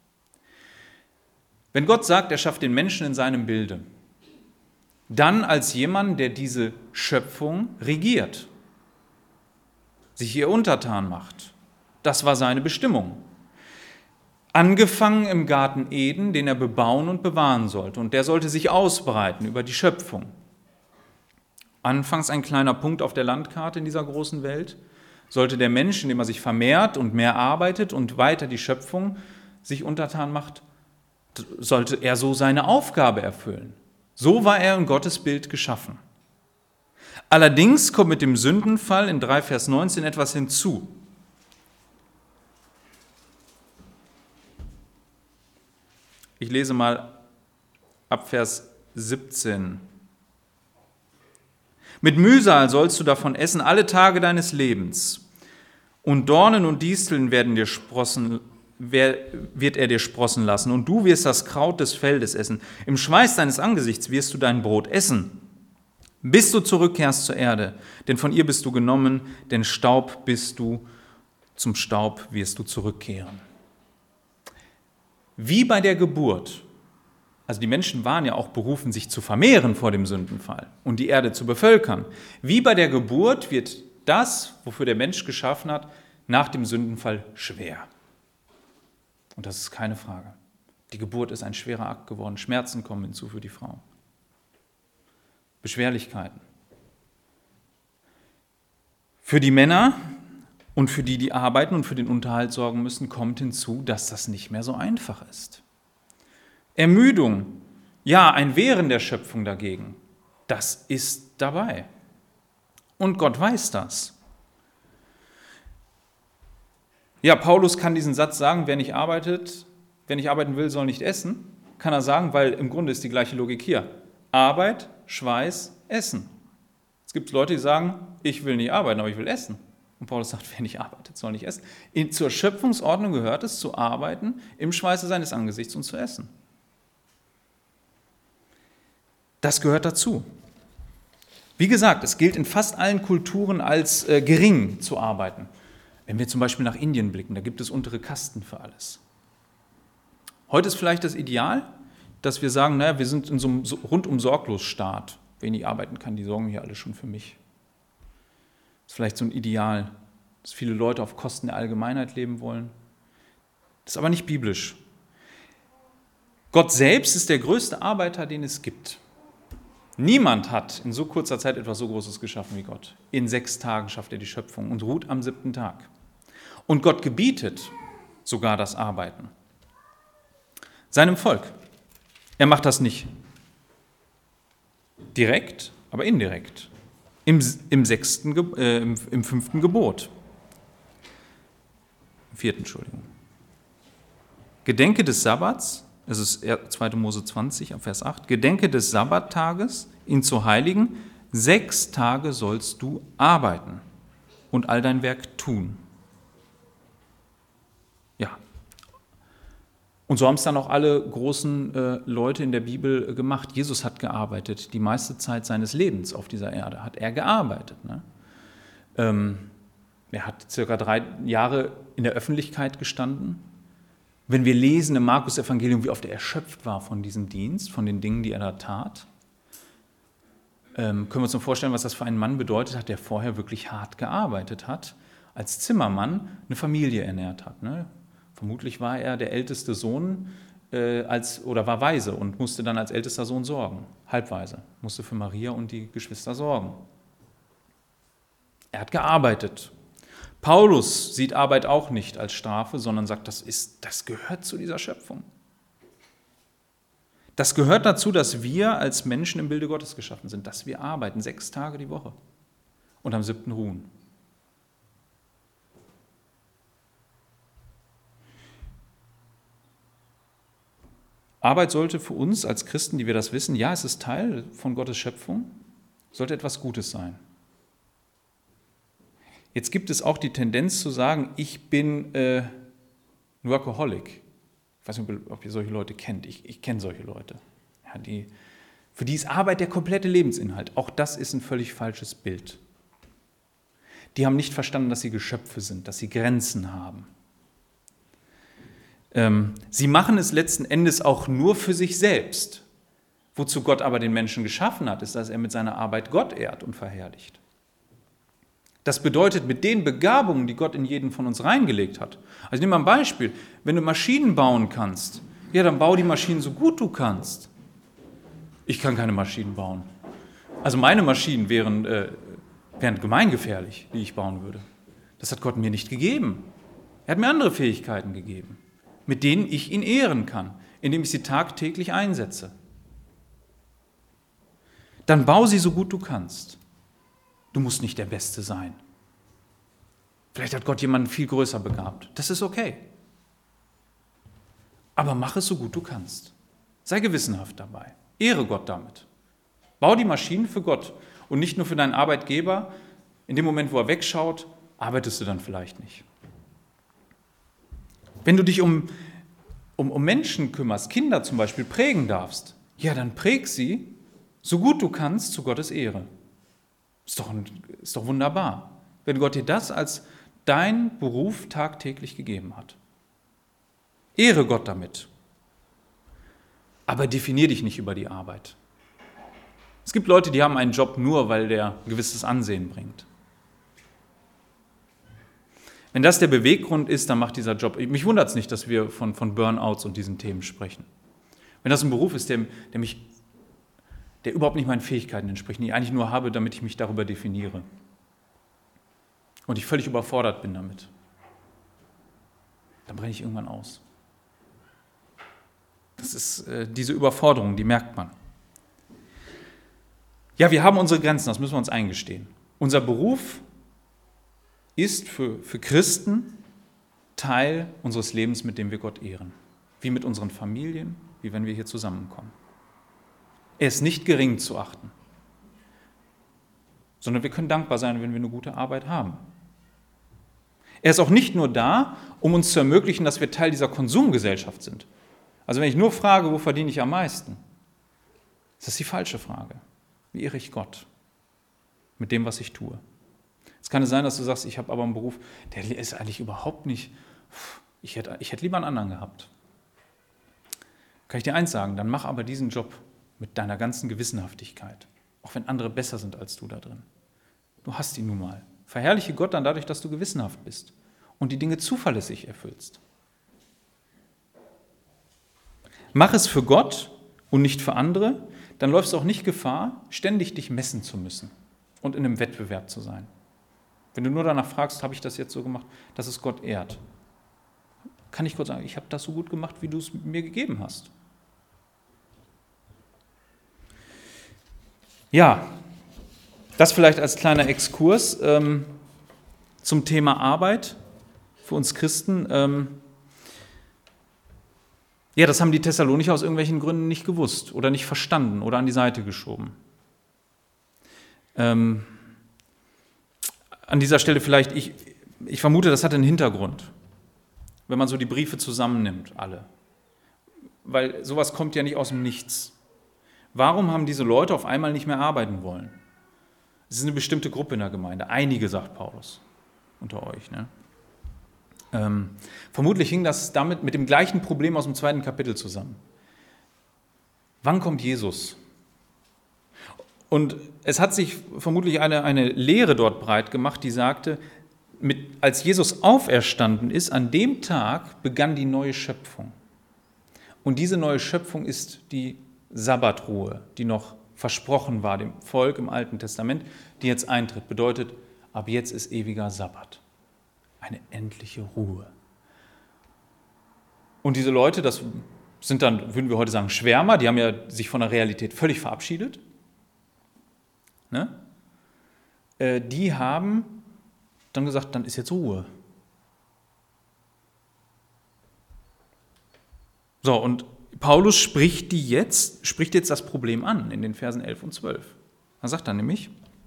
Wenn Gott sagt, er schafft den Menschen in seinem Bilde, dann als jemand, der diese Schöpfung regiert, sich ihr untertan macht. Das war seine Bestimmung. Angefangen im Garten Eden, den er bebauen und bewahren sollte. Und der sollte sich ausbreiten über die Schöpfung. Anfangs ein kleiner Punkt auf der Landkarte in dieser großen Welt. Sollte der Mensch, indem er sich vermehrt und mehr arbeitet und weiter die Schöpfung sich untertan macht, sollte er so seine Aufgabe erfüllen. So war er in Gottes Bild geschaffen. Allerdings kommt mit dem Sündenfall in drei Vers neunzehn etwas hinzu. Ich lese mal ab Vers siebzehn. Mit Mühsal sollst du davon essen alle Tage deines Lebens. Und Dornen und Disteln werden dir sprossen, wird er dir sprossen lassen. Und du wirst das Kraut des Feldes essen. Im Schweiß deines Angesichts wirst du dein Brot essen, bis du zurückkehrst zur Erde. Denn von ihr bist du genommen, denn Staub bist du, zum Staub wirst du zurückkehren. Wie bei der Geburt, also die Menschen waren ja auch berufen, sich zu vermehren vor dem Sündenfall und die Erde zu bevölkern. Wie bei der Geburt wird das, wofür der Mensch geschaffen hat, nach dem Sündenfall schwer. Und das ist keine Frage. Die Geburt ist ein schwerer Akt geworden. Schmerzen kommen hinzu für die Frau. Beschwerlichkeiten. Für die Männer und für die, die arbeiten und für den Unterhalt sorgen müssen, kommt hinzu, dass das nicht mehr so einfach ist. Ermüdung, ja, ein Wehren der Schöpfung dagegen, das ist dabei. Und Gott weiß das. Ja, Paulus kann diesen Satz sagen, wer nicht arbeitet, wer nicht arbeiten will, soll nicht essen. Kann er sagen, weil im Grunde ist die gleiche Logik hier. Arbeit, Schweiß, Essen. Es gibt Leute, die sagen, ich will nicht arbeiten, aber ich will essen. Und Paulus sagt, wer nicht arbeitet, soll nicht essen. In, zur Schöpfungsordnung gehört es, zu arbeiten, im Schweiße seines Angesichts und zu essen. Das gehört dazu. Wie gesagt, es gilt in fast allen Kulturen als äh, gering zu arbeiten. Wenn wir zum Beispiel nach Indien blicken, da gibt es untere Kasten für alles. Heute ist vielleicht das Ideal, dass wir sagen, naja, wir sind in so einem rundum sorglos Staat. Wer nicht arbeiten kann, die sorgen hier alle schon für mich. Das ist vielleicht so ein Ideal, dass viele Leute auf Kosten der Allgemeinheit leben wollen. Das ist aber nicht biblisch. Gott selbst ist der größte Arbeiter, den es gibt. Niemand hat in so kurzer Zeit etwas so Großes geschaffen wie Gott. In sechs Tagen schafft er die Schöpfung und ruht am siebten Tag. Und Gott gebietet sogar das Arbeiten seinem Volk. Er macht das nicht direkt, aber indirekt. Im, im, sechsten, äh, im, im fünften Gebot. Im vierten, Entschuldigung. Gedenke des Sabbats, das ist zweiter Mose zwanzig, Vers acht. Gedenke des Sabbattages, ihn zu heiligen. Sechs Tage sollst du arbeiten und all dein Werk tun. Ja. Und so haben es dann auch alle großen äh, Leute in der Bibel äh, gemacht. Jesus hat gearbeitet, die meiste Zeit seines Lebens auf dieser Erde hat er gearbeitet. Ne? Ähm, er hat circa drei Jahre in der Öffentlichkeit gestanden. Wenn wir lesen im Markus-Evangelium, wie oft er erschöpft war von diesem Dienst, von den Dingen, die er da tat, ähm, können wir uns noch vorstellen, was das für einen Mann bedeutet hat, der vorher wirklich hart gearbeitet hat, als Zimmermann eine Familie ernährt hat. Ne? Vermutlich war er der älteste Sohn äh, als, oder war Waise und musste dann als ältester Sohn sorgen, halbweise, musste für Maria und die Geschwister sorgen. Er hat gearbeitet. Paulus sieht Arbeit auch nicht als Strafe, sondern sagt, das ist, das gehört zu dieser Schöpfung. Das gehört dazu, dass wir als Menschen im Bilde Gottes geschaffen sind, dass wir arbeiten, sechs Tage die Woche und am siebten ruhen. Arbeit sollte für uns als Christen, die wir das wissen, ja, es ist Teil von Gottes Schöpfung, sollte etwas Gutes sein. Jetzt gibt es auch die Tendenz zu sagen, ich bin äh, ein Workaholic. Ich weiß nicht, ob ihr solche Leute kennt. Ich, ich kenne solche Leute. Ja, die, für die ist Arbeit der komplette Lebensinhalt. Auch das ist ein völlig falsches Bild. Die haben nicht verstanden, dass sie Geschöpfe sind, dass sie Grenzen haben. Ähm, sie machen es letzten Endes auch nur für sich selbst. Wozu Gott aber den Menschen geschaffen hat, ist, dass er mit seiner Arbeit Gott ehrt und verherrlicht. Das bedeutet, mit den Begabungen, die Gott in jeden von uns reingelegt hat. Also nimm mal ein Beispiel. Wenn du Maschinen bauen kannst, ja, dann bau die Maschinen so gut du kannst. Ich kann keine Maschinen bauen. Also meine Maschinen wären, äh, wären gemeingefährlich, die ich bauen würde. Das hat Gott mir nicht gegeben. Er hat mir andere Fähigkeiten gegeben, mit denen ich ihn ehren kann, indem ich sie tagtäglich einsetze. Dann bau sie so gut du kannst. Du musst nicht der Beste sein. Vielleicht hat Gott jemanden viel größer begabt. Das ist okay. Aber mach es so gut du kannst. Sei gewissenhaft dabei. Ehre Gott damit. Bau die Maschinen für Gott und nicht nur für deinen Arbeitgeber. In dem Moment, wo er wegschaut, arbeitest du dann vielleicht nicht. Wenn du dich um, um, um Menschen kümmerst, Kinder zum Beispiel prägen darfst, ja, dann präg sie so gut du kannst zu Gottes Ehre. Ist doch, ist doch wunderbar, wenn Gott dir das als dein Beruf tagtäglich gegeben hat. Ehre Gott damit. Aber definier dich nicht über die Arbeit. Es gibt Leute, die haben einen Job nur, weil der ein gewisses Ansehen bringt. Wenn das der Beweggrund ist, dann macht dieser Job, mich wundert es nicht, dass wir von, von Burnouts und diesen Themen sprechen. Wenn das ein Beruf ist, der, der mich der überhaupt nicht meinen Fähigkeiten entspricht, die ich eigentlich nur habe, damit ich mich darüber definiere. Und ich völlig überfordert bin damit. Dann brenne ich irgendwann aus. Das ist äh, diese Überforderung, die merkt man. Ja, wir haben unsere Grenzen, das müssen wir uns eingestehen. Unser Beruf ist für, für Christen Teil unseres Lebens, mit dem wir Gott ehren. Wie mit unseren Familien, wie wenn wir hier zusammenkommen. Er ist nicht gering zu achten, sondern wir können dankbar sein, wenn wir eine gute Arbeit haben. Er ist auch nicht nur da, um uns zu ermöglichen, dass wir Teil dieser Konsumgesellschaft sind. Also wenn ich nur frage, wo verdiene ich am meisten, ist das die falsche Frage. Wie ehre ich Gott mit dem, was ich tue? Es kann sein, dass du sagst, ich habe aber einen Beruf, der ist eigentlich überhaupt nicht, ich hätte, ich hätte lieber einen anderen gehabt. Kann ich dir eins sagen, dann mach aber diesen Job mit deiner ganzen Gewissenhaftigkeit, auch wenn andere besser sind als du da drin. Du hast ihn nun mal. Verherrliche Gott dann dadurch, dass du gewissenhaft bist und die Dinge zuverlässig erfüllst. Mach es für Gott und nicht für andere, dann läufst du auch nicht Gefahr, ständig dich messen zu müssen und in einem Wettbewerb zu sein. Wenn du nur danach fragst, habe ich das jetzt so gemacht, dass es Gott ehrt, kann ich Gott sagen, ich habe das so gut gemacht, wie du es mir gegeben hast. Ja, das vielleicht als kleiner Exkurs ähm, zum Thema Arbeit für uns Christen. Ähm, ja, das haben die Thessalonicher aus irgendwelchen Gründen nicht gewusst oder nicht verstanden oder an die Seite geschoben. Ähm, an dieser Stelle vielleicht, ich, ich vermute, das hat einen Hintergrund, wenn man so die Briefe zusammennimmt, alle. Weil sowas kommt ja nicht aus dem Nichts. Warum haben diese Leute auf einmal nicht mehr arbeiten wollen? Es ist eine bestimmte Gruppe in der Gemeinde. Einige, sagt Paulus, unter euch. Ne? Ähm, vermutlich hing das damit mit dem gleichen Problem aus dem zweiten Kapitel zusammen. Wann kommt Jesus? Und es hat sich vermutlich eine, eine Lehre dort breit gemacht, die sagte, mit, als Jesus auferstanden ist, an dem Tag begann die neue Schöpfung. Und diese neue Schöpfung ist die Sabbatruhe, die noch versprochen war dem Volk im Alten Testament, die jetzt eintritt. Bedeutet, ab jetzt ist ewiger Sabbat. Eine endliche Ruhe. Und diese Leute, das sind dann, würden wir heute sagen, Schwärmer, die haben ja sich von der Realität völlig verabschiedet. Ne? Äh, die haben dann gesagt, dann ist jetzt Ruhe. So, und Paulus spricht, die jetzt, spricht jetzt das Problem an in den Versen elf und zwölf. Er sagt dann nämlich,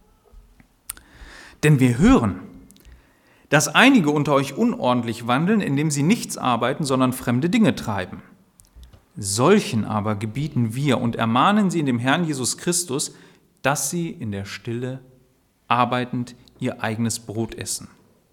denn wir hören, dass einige unter euch unordentlich wandeln, indem sie nichts arbeiten, sondern fremde Dinge treiben. Solchen aber gebieten wir und ermahnen sie in dem Herrn Jesus Christus, dass sie in der Stille arbeitend ihr eigenes Brot essen.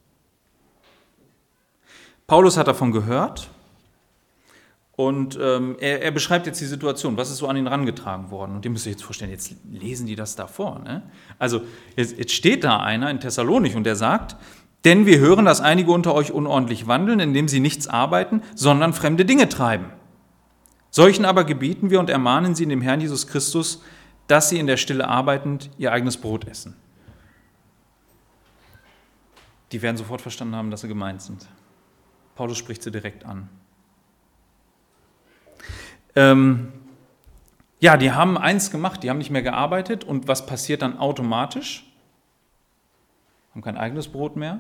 Paulus hat davon gehört und ähm, er, er beschreibt jetzt die Situation, was ist so an ihn herangetragen worden. Und ihr müsst euch jetzt vorstellen, jetzt lesen die das da vor. Ne? Also jetzt, jetzt steht da einer in Thessalonich und der sagt, denn wir hören, dass einige unter euch unordentlich wandeln, indem sie nichts arbeiten, sondern fremde Dinge treiben. Solchen aber gebieten wir und ermahnen sie in dem Herrn Jesus Christus, dass sie in der Stille arbeitend ihr eigenes Brot essen. Die werden sofort verstanden haben, dass sie gemeint sind. Paulus spricht sie direkt an. Ähm, ja, die haben eins gemacht, die haben nicht mehr gearbeitet und was passiert dann automatisch? Haben kein eigenes Brot mehr.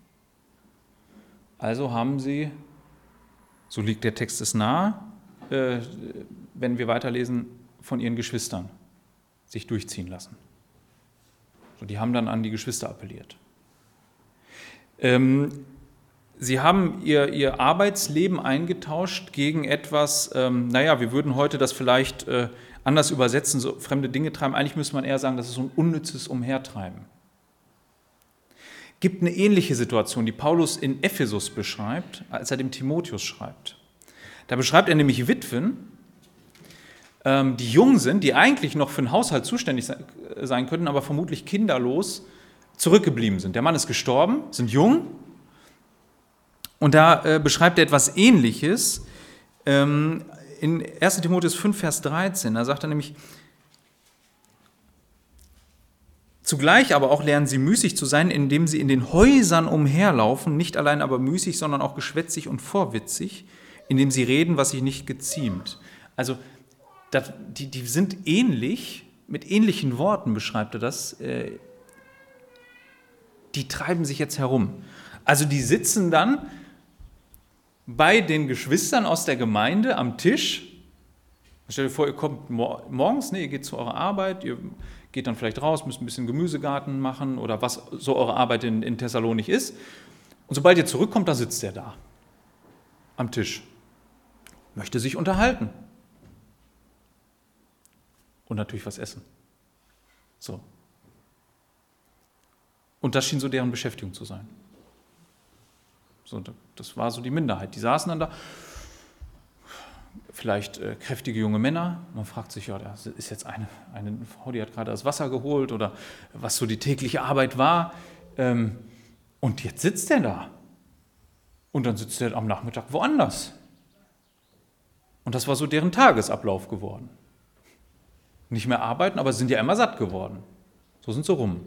Also haben sie, so liegt der Text es nahe, äh, wenn wir weiterlesen, von ihren Geschwistern sich durchziehen lassen. So, die haben dann an die Geschwister appelliert. Ähm, sie haben ihr, ihr Arbeitsleben eingetauscht gegen etwas, ähm, naja, wir würden heute das vielleicht äh, anders übersetzen, so fremde Dinge treiben. Eigentlich müsste man eher sagen, das ist so ein unnützes Umhertreiben. Gibt eine ähnliche Situation, die Paulus in Ephesus beschreibt, als er dem Timotheus schreibt. Da beschreibt er nämlich Witwen, ähm, die jung sind, die eigentlich noch für den Haushalt zuständig sein könnten, aber vermutlich kinderlos zurückgeblieben sind. Der Mann ist gestorben, sind jung. Und da äh, beschreibt er etwas Ähnliches ähm, in erster Timotheus fünf, Vers dreizehn. Da sagt er nämlich, zugleich aber auch lernen sie müßig zu sein, indem sie in den Häusern umherlaufen, nicht allein aber müßig, sondern auch geschwätzig und vorwitzig, indem sie reden, was sich nicht geziemt. Also das, die, die sind ähnlich, mit ähnlichen Worten beschreibt er das, äh, die treiben sich jetzt herum. Also die sitzen dann bei den Geschwistern aus der Gemeinde am Tisch. Stell dir vor, ihr kommt morgens, ne, ihr geht zu eurer Arbeit, ihr geht dann vielleicht raus, müsst ein bisschen Gemüsegarten machen oder was so eure Arbeit in, in Thessalonich ist. Und sobald ihr zurückkommt, da sitzt er da am Tisch. Möchte sich unterhalten. Und natürlich was essen. So. Und das schien so deren Beschäftigung zu sein. So, das war so die Minderheit. Die saßen dann da, vielleicht äh, kräftige junge Männer. Man fragt sich, ja, da ist jetzt eine, eine Frau, die hat gerade das Wasser geholt oder was so die tägliche Arbeit war. Ähm, und jetzt sitzt der da. Und dann sitzt er am Nachmittag woanders. Und das war so deren Tagesablauf geworden. Nicht mehr arbeiten, aber sind ja immer satt geworden. So sind sie rum.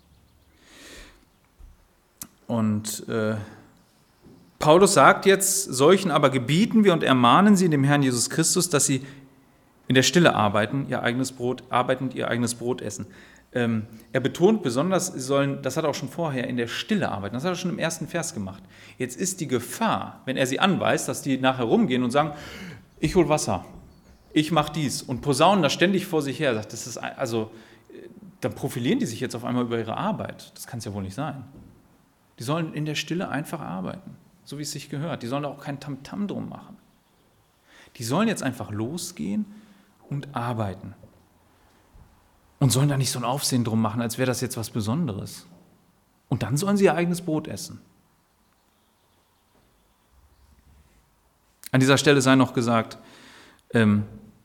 Und äh, Paulus sagt jetzt, solchen aber gebieten wir und ermahnen sie in dem Herrn Jesus Christus, dass sie in der Stille arbeiten, ihr eigenes Brot, arbeitend ihr eigenes Brot essen. Ähm, er betont besonders, sie sollen, das hat er auch schon vorher, in der Stille arbeiten. Das hat er schon im ersten Vers gemacht. Jetzt ist die Gefahr, wenn er sie anweist, dass die nachher rumgehen und sagen, ich hol Wasser, ich mache dies und posaunen das ständig vor sich her. Das ist also, dann profilieren die sich jetzt auf einmal über ihre Arbeit. Das kann es ja wohl nicht sein. Die sollen in der Stille einfach arbeiten, so wie es sich gehört. Die sollen auch kein Tamtam drum machen. Die sollen jetzt einfach losgehen und arbeiten. Und sollen da nicht so ein Aufsehen drum machen, als wäre das jetzt was Besonderes. Und dann sollen sie ihr eigenes Brot essen. An dieser Stelle sei noch gesagt, ähm,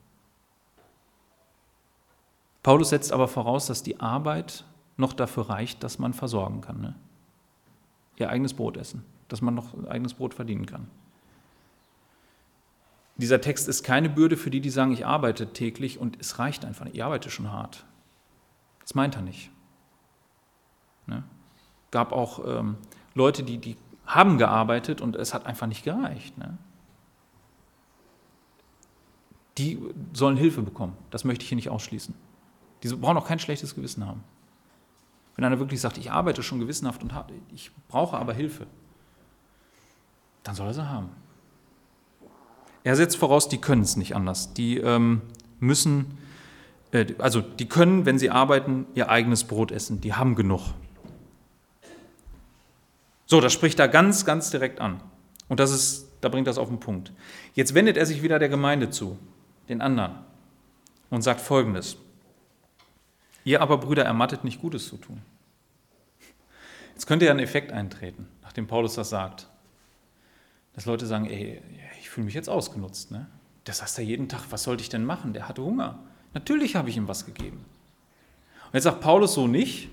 Paulus setzt aber voraus, dass die Arbeit noch dafür reicht, dass man versorgen kann. Ne? ihr eigenes Brot essen, dass man noch ein eigenes Brot verdienen kann. Dieser Text ist keine Bürde für die, die sagen, ich arbeite täglich und es reicht einfach nicht. Ich arbeite schon hart. Das meint er nicht. Ne? Gab auch ähm, Leute, die, die haben gearbeitet und es hat einfach nicht gereicht. Ne? Die sollen Hilfe bekommen. Das möchte ich hier nicht ausschließen. Die brauchen auch kein schlechtes Gewissen haben. Wenn einer wirklich sagt, ich arbeite schon gewissenhaft und ich brauche aber Hilfe, dann soll er sie haben. Er setzt voraus, die können es nicht anders. Die ähm, müssen, äh, also die können, wenn sie arbeiten, ihr eigenes Brot essen. Die haben genug. So, das spricht er ganz, ganz direkt an. Und das ist, da bringt das auf den Punkt. Jetzt wendet er sich wieder der Gemeinde zu, den anderen, und sagt Folgendes. Ihr aber, Brüder, ermattet nicht, Gutes zu tun. Jetzt könnte ja ein Effekt eintreten, nachdem Paulus das sagt. Dass Leute sagen, ey, ich fühle mich jetzt ausgenutzt. Ne? Das sagt er jeden Tag, was sollte ich denn machen? Der hatte Hunger. Natürlich habe ich ihm was gegeben. Und jetzt sagt Paulus so nicht.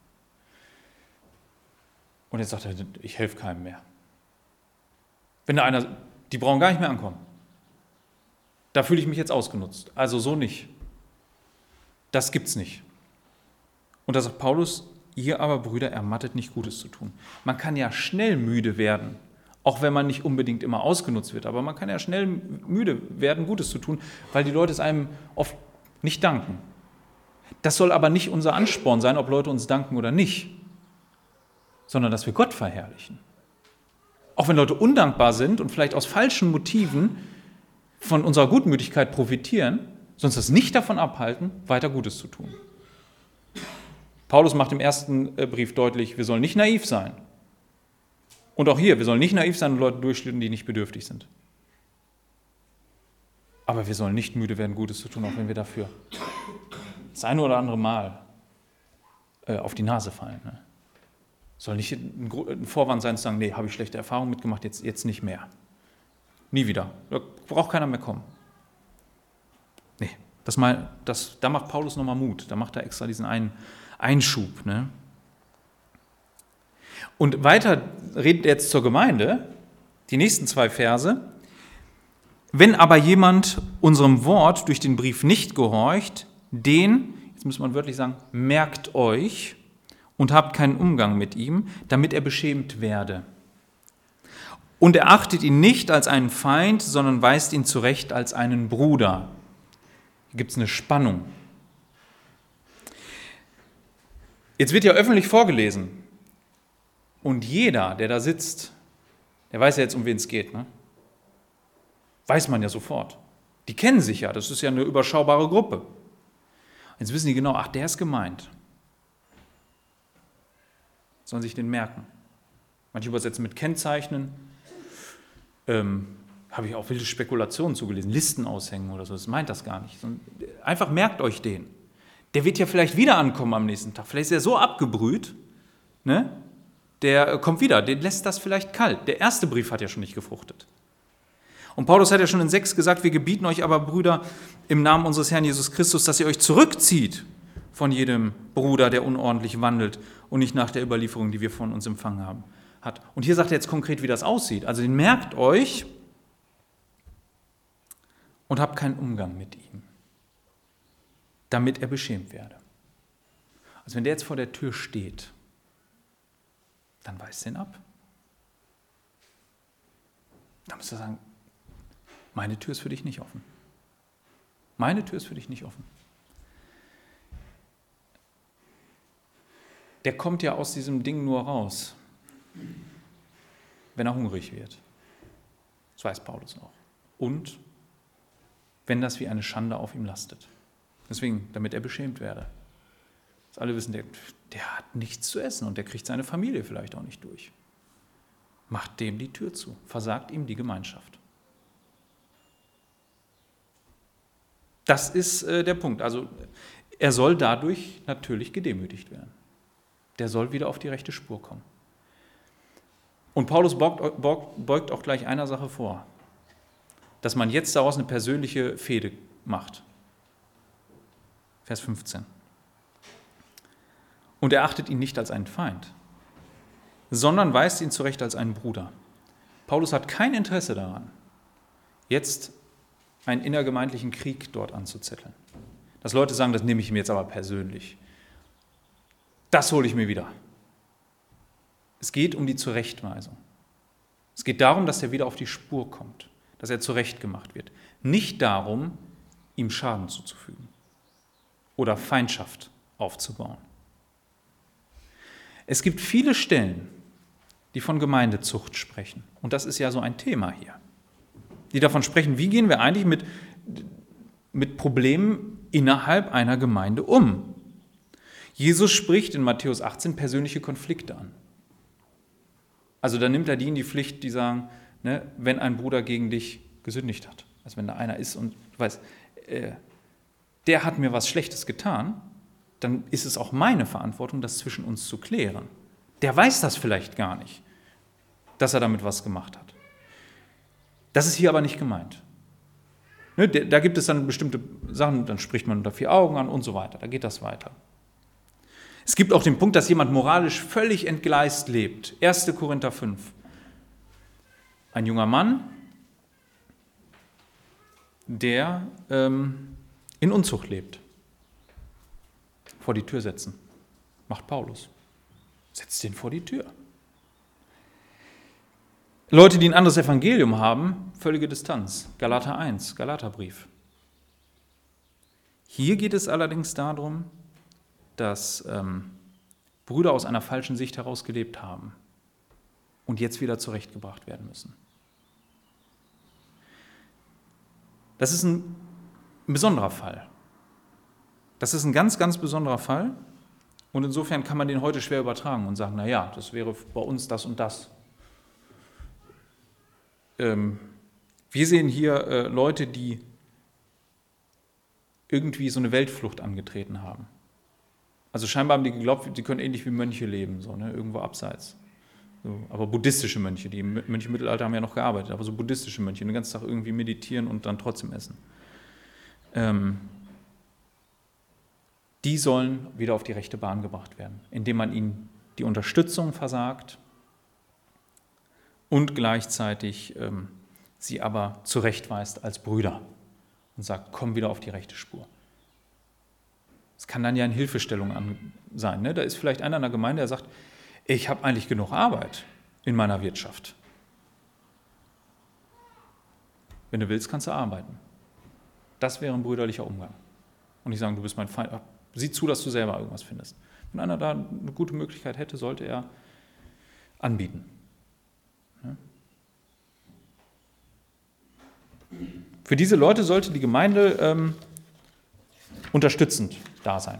Und jetzt sagt er, ich helfe keinem mehr. Wenn da einer, die brauchen gar nicht mehr ankommen. Da fühle ich mich jetzt ausgenutzt. Also so nicht. Das gibt's nicht. Und da sagt Paulus, ihr aber, Brüder, ermattet nicht, Gutes zu tun. Man kann ja schnell müde werden, auch wenn man nicht unbedingt immer ausgenutzt wird. Aber man kann ja schnell müde werden, Gutes zu tun, weil die Leute es einem oft nicht danken. Das soll aber nicht unser Ansporn sein, ob Leute uns danken oder nicht, sondern dass wir Gott verherrlichen. Auch wenn Leute undankbar sind und vielleicht aus falschen Motiven von unserer Gutmütigkeit profitieren, sonst das nicht davon abhalten, weiter Gutes zu tun. Paulus macht im ersten Brief deutlich, wir sollen nicht naiv sein. Und auch hier, wir sollen nicht naiv sein und Leute durchschlitten, die nicht bedürftig sind. Aber wir sollen nicht müde werden, Gutes zu tun, auch wenn wir dafür das eine oder andere Mal äh, auf die Nase fallen. Ne? Soll nicht ein, ein Vorwand sein, zu sagen, nee, habe ich schlechte Erfahrungen mitgemacht, jetzt, jetzt nicht mehr. Nie wieder. Da braucht keiner mehr kommen. Nee, das mal, das, da macht Paulus nochmal Mut. Da macht er extra diesen einen Einschub. Ne? Und weiter redet er jetzt zur Gemeinde, die nächsten zwei Verse. Wenn aber jemand unserem Wort durch den Brief nicht gehorcht, den, jetzt muss man wörtlich sagen, merkt euch und habt keinen Umgang mit ihm, damit er beschämt werde. Und er achtet ihn nicht als einen Feind, sondern weist ihn zurecht als einen Bruder. Hier gibt es eine Spannung. Jetzt wird ja öffentlich vorgelesen. Und jeder, der da sitzt, der weiß ja jetzt, um wen es geht. Ne? Weiß man ja sofort. Die kennen sich ja, das ist ja eine überschaubare Gruppe. Jetzt wissen die genau, ach, der ist gemeint. Sollen sich den merken. Manche übersetzen mit Kennzeichnen. Ähm, habe ich auch wilde Spekulationen zugelesen. Listen aushängen oder so, das meint das gar nicht. Einfach merkt euch den. Der wird ja vielleicht wieder ankommen am nächsten Tag. Vielleicht ist er so abgebrüht, ne? Der kommt wieder, den lässt das vielleicht kalt. Der erste Brief hat ja schon nicht gefruchtet. Und Paulus hat ja schon in sechs gesagt, wir gebieten euch aber, Brüder, im Namen unseres Herrn Jesus Christus, dass ihr euch zurückzieht von jedem Bruder, der unordentlich wandelt und nicht nach der Überlieferung, die wir von uns empfangen haben, hat. Und hier sagt er jetzt konkret, wie das aussieht. Also den merkt euch und habt keinen Umgang mit ihm, damit er beschämt werde. Also wenn der jetzt vor der Tür steht, dann weist den ab. Dann müsst ihr sagen, meine Tür ist für dich nicht offen. Meine Tür ist für dich nicht offen. Der kommt ja aus diesem Ding nur raus, wenn er hungrig wird. Das weiß Paulus auch. Und wenn das wie eine Schande auf ihm lastet. Deswegen, damit er beschämt werde. Dass alle wissen, der, der hat nichts zu essen und der kriegt seine Familie vielleicht auch nicht durch. Macht dem die Tür zu, versagt ihm die Gemeinschaft. Das ist äh, der Punkt. Also er soll dadurch natürlich gedemütigt werden. Der soll wieder auf die rechte Spur kommen. Und Paulus beugt, beugt auch gleich einer Sache vor, dass man jetzt daraus eine persönliche Fehde macht. Vers fünfzehn. Und er achtet ihn nicht als einen Feind, sondern weist ihn zurecht als einen Bruder. Paulus hat kein Interesse daran, jetzt einen innergemeindlichen Krieg dort anzuzetteln. Dass Leute sagen, das nehme ich mir jetzt aber persönlich. Das hole ich mir wieder. Es geht um die Zurechtweisung. Es geht darum, dass er wieder auf die Spur kommt, dass er zurechtgemacht wird. Nicht darum, ihm Schaden zuzufügen oder Feindschaft aufzubauen. Es gibt viele Stellen, die von Gemeindezucht sprechen. Und das ist ja so ein Thema hier. Die davon sprechen, wie gehen wir eigentlich mit, mit Problemen innerhalb einer Gemeinde um. Jesus spricht in Matthäus achtzehn persönliche Konflikte an. Also da nimmt er die in die Pflicht, die sagen, ne, wenn ein Bruder gegen dich gesündigt hat. Also wenn da einer ist und du weißt, äh, der hat mir was Schlechtes getan, dann ist es auch meine Verantwortung, das zwischen uns zu klären. Der weiß das vielleicht gar nicht, dass er damit was gemacht hat. Das ist hier aber nicht gemeint. Ne, da gibt es dann bestimmte Sachen, dann spricht man unter vier Augen an und so weiter. Da geht das weiter. Es gibt auch den Punkt, dass jemand moralisch völlig entgleist lebt. erster Korinther fünf. Ein junger Mann, der ähm, in Unzucht lebt. Vor die Tür setzen. Macht Paulus. Setzt den vor die Tür. Leute, die ein anderes Evangelium haben, völlige Distanz. Galater eins, Galaterbrief. Hier geht es allerdings darum, dass ähm, Brüder aus einer falschen Sicht heraus gelebt haben und jetzt wieder zurechtgebracht werden müssen. Das ist ein, ein besonderer Fall. Das ist ein ganz, ganz besonderer Fall und insofern kann man den heute schwer übertragen und sagen, naja, das wäre bei uns das und das. Ähm, wir sehen hier äh, Leute, die irgendwie so eine Weltflucht angetreten haben. Also scheinbar haben die geglaubt, die können ähnlich wie Mönche leben, so, ne, irgendwo abseits. So, aber buddhistische Mönche, die Mönche im Mittelalter haben ja noch gearbeitet, aber so buddhistische Mönche, den ganzen Tag irgendwie meditieren und dann trotzdem essen. Ähm, die sollen wieder auf die rechte Bahn gebracht werden, indem man ihnen die Unterstützung versagt und gleichzeitig ähm, sie aber zurechtweist als Brüder und sagt, komm wieder auf die rechte Spur. Es kann dann ja eine Hilfestellung an, sein. Ne? Da ist vielleicht einer in der Gemeinde, der sagt, ich habe eigentlich genug Arbeit in meiner Wirtschaft. Wenn du willst, kannst du arbeiten. Das wäre ein brüderlicher Umgang. Und nicht sagen, du bist mein Feind. Sieh zu, dass du selber irgendwas findest. Wenn einer da eine gute Möglichkeit hätte, sollte er anbieten. Ja? Für diese Leute sollte die Gemeinde ähm, unterstützend da sein.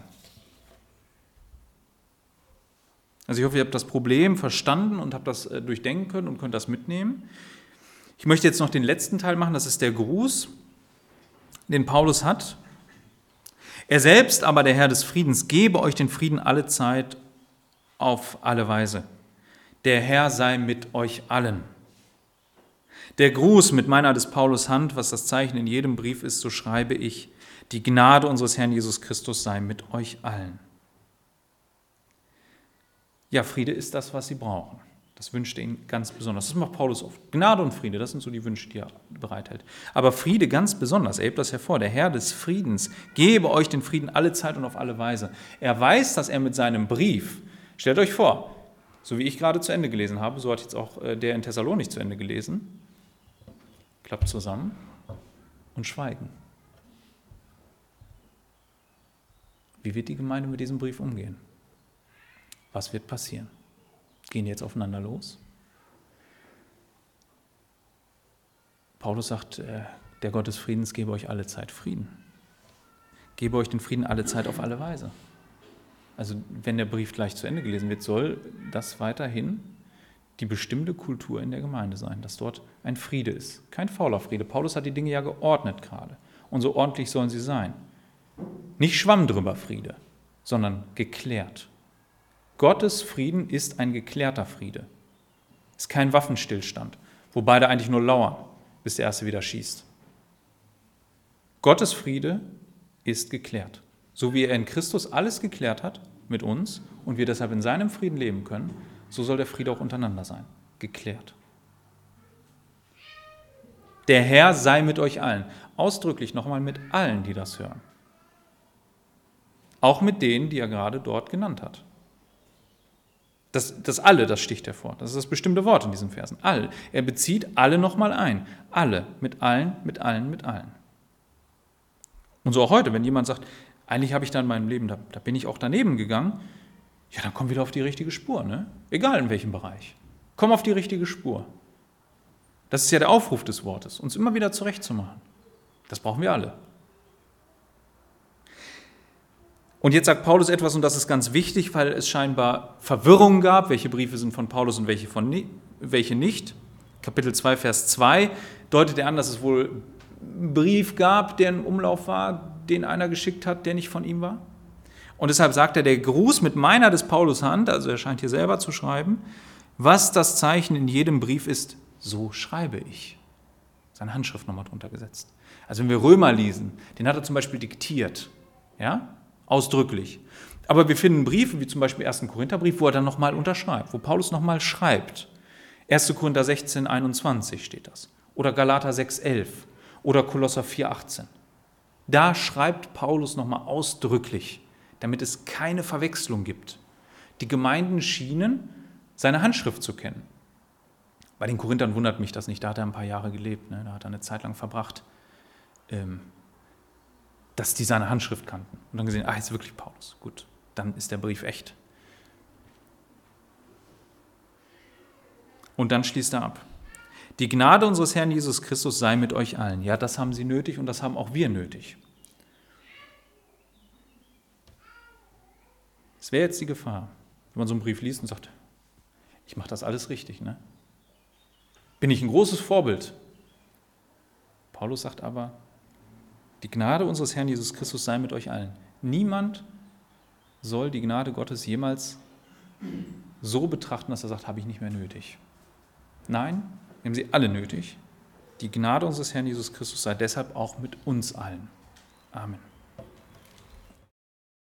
Also ich hoffe, ihr habt das Problem verstanden und habt das äh, durchdenken können und könnt das mitnehmen. Ich möchte jetzt noch den letzten Teil machen, das ist der Gruß, den Paulus hat. Er selbst aber, der Herr des Friedens, gebe euch den Frieden alle Zeit auf alle Weise. Der Herr sei mit euch allen. Der Gruß mit meiner des Paulus Hand, was das Zeichen in jedem Brief ist, so schreibe ich, die Gnade unseres Herrn Jesus Christus sei mit euch allen. Ja, Friede ist das, was sie brauchen. Das wünscht er ihnen ganz besonders. Das macht Paulus oft. Gnade und Friede, das sind so die Wünsche, die er bereithält. Aber Friede ganz besonders, er hebt das hervor. Der Herr des Friedens gebe euch den Frieden alle Zeit und auf alle Weise. Er weiß, dass er mit seinem Brief, stellt euch vor, so wie ich gerade zu Ende gelesen habe, so hat jetzt auch der in Thessalonik zu Ende gelesen, klappt zusammen und schweigen. Wie wird die Gemeinde mit diesem Brief umgehen? Was wird passieren? Gehen die jetzt aufeinander los? Paulus sagt, der Gott des Friedens gebe euch alle Zeit Frieden. Gebe euch den Frieden alle Zeit auf alle Weise. Also wenn der Brief gleich zu Ende gelesen wird, soll das weiterhin die bestimmte Kultur in der Gemeinde sein, dass dort ein Friede ist. Kein fauler Friede. Paulus hat die Dinge ja geordnet gerade. Und so ordentlich sollen sie sein. Nicht Schwamm drüber Friede, sondern geklärt. Gottes Frieden ist ein geklärter Friede. Ist kein Waffenstillstand, wo beide eigentlich nur lauern, bis der Erste wieder schießt. Gottes Friede ist geklärt. So wie er in Christus alles geklärt hat mit uns und wir deshalb in seinem Frieden leben können, so soll der Friede auch untereinander sein. Geklärt. Der Herr sei mit euch allen. Ausdrücklich nochmal mit allen, die das hören. Auch mit denen, die er gerade dort genannt hat. Das, das alle, das sticht hervor. Das ist das bestimmte Wort in diesen Versen. All. Er bezieht alle nochmal ein. Alle. Mit allen, mit allen, mit allen. Und so auch heute, wenn jemand sagt, eigentlich habe ich da in meinem Leben, da, da bin ich auch daneben gegangen, ja, dann komm wieder auf die richtige Spur, ne? Egal in welchem Bereich. Komm auf die richtige Spur. Das ist ja der Aufruf des Wortes, uns immer wieder zurechtzumachen. Das brauchen wir alle. Und jetzt sagt Paulus etwas, und das ist ganz wichtig, weil es scheinbar Verwirrung gab, welche Briefe sind von Paulus und welche, von, welche nicht. Kapitel zwei, Vers zwei deutet er an, dass es wohl einen Brief gab, der im Umlauf war, den einer geschickt hat, der nicht von ihm war. Und deshalb sagt er, der Gruß mit meiner des Paulus Hand, also er scheint hier selber zu schreiben, was das Zeichen in jedem Brief ist, so schreibe ich. Seine Handschrift nochmal drunter gesetzt. Also wenn wir Römer lesen, den hat er zum Beispiel diktiert, ja, ausdrücklich. Aber wir finden Briefe, wie zum Beispiel ersten Korintherbrief, wo er dann nochmal unterschreibt, wo Paulus nochmal schreibt. erster Korinther sechzehn, einundzwanzig steht das. Oder Galater sechs, elf. Oder Kolosser vier, achtzehn. Da schreibt Paulus nochmal ausdrücklich, damit es keine Verwechslung gibt. Die Gemeinden schienen, seine Handschrift zu kennen. Bei den Korinthern wundert mich das nicht, da hat er ein paar Jahre gelebt, ne? Da hat er eine Zeit lang verbracht, ähm, dass die seine Handschrift kannten. Und dann gesehen, ah, ist wirklich Paulus. Gut, dann ist der Brief echt. Und dann schließt er ab. Die Gnade unseres Herrn Jesus Christus sei mit euch allen. Ja, das haben sie nötig und das haben auch wir nötig. Es wäre jetzt die Gefahr, wenn man so einen Brief liest und sagt, ich mache das alles richtig, ne? Bin ich ein großes Vorbild? Paulus sagt aber, die Gnade unseres Herrn Jesus Christus sei mit euch allen. Niemand soll die Gnade Gottes jemals so betrachten, dass er sagt, habe ich nicht mehr nötig. Nein, wir haben sie alle nötig. Die Gnade unseres Herrn Jesus Christus sei deshalb auch mit uns allen. Amen.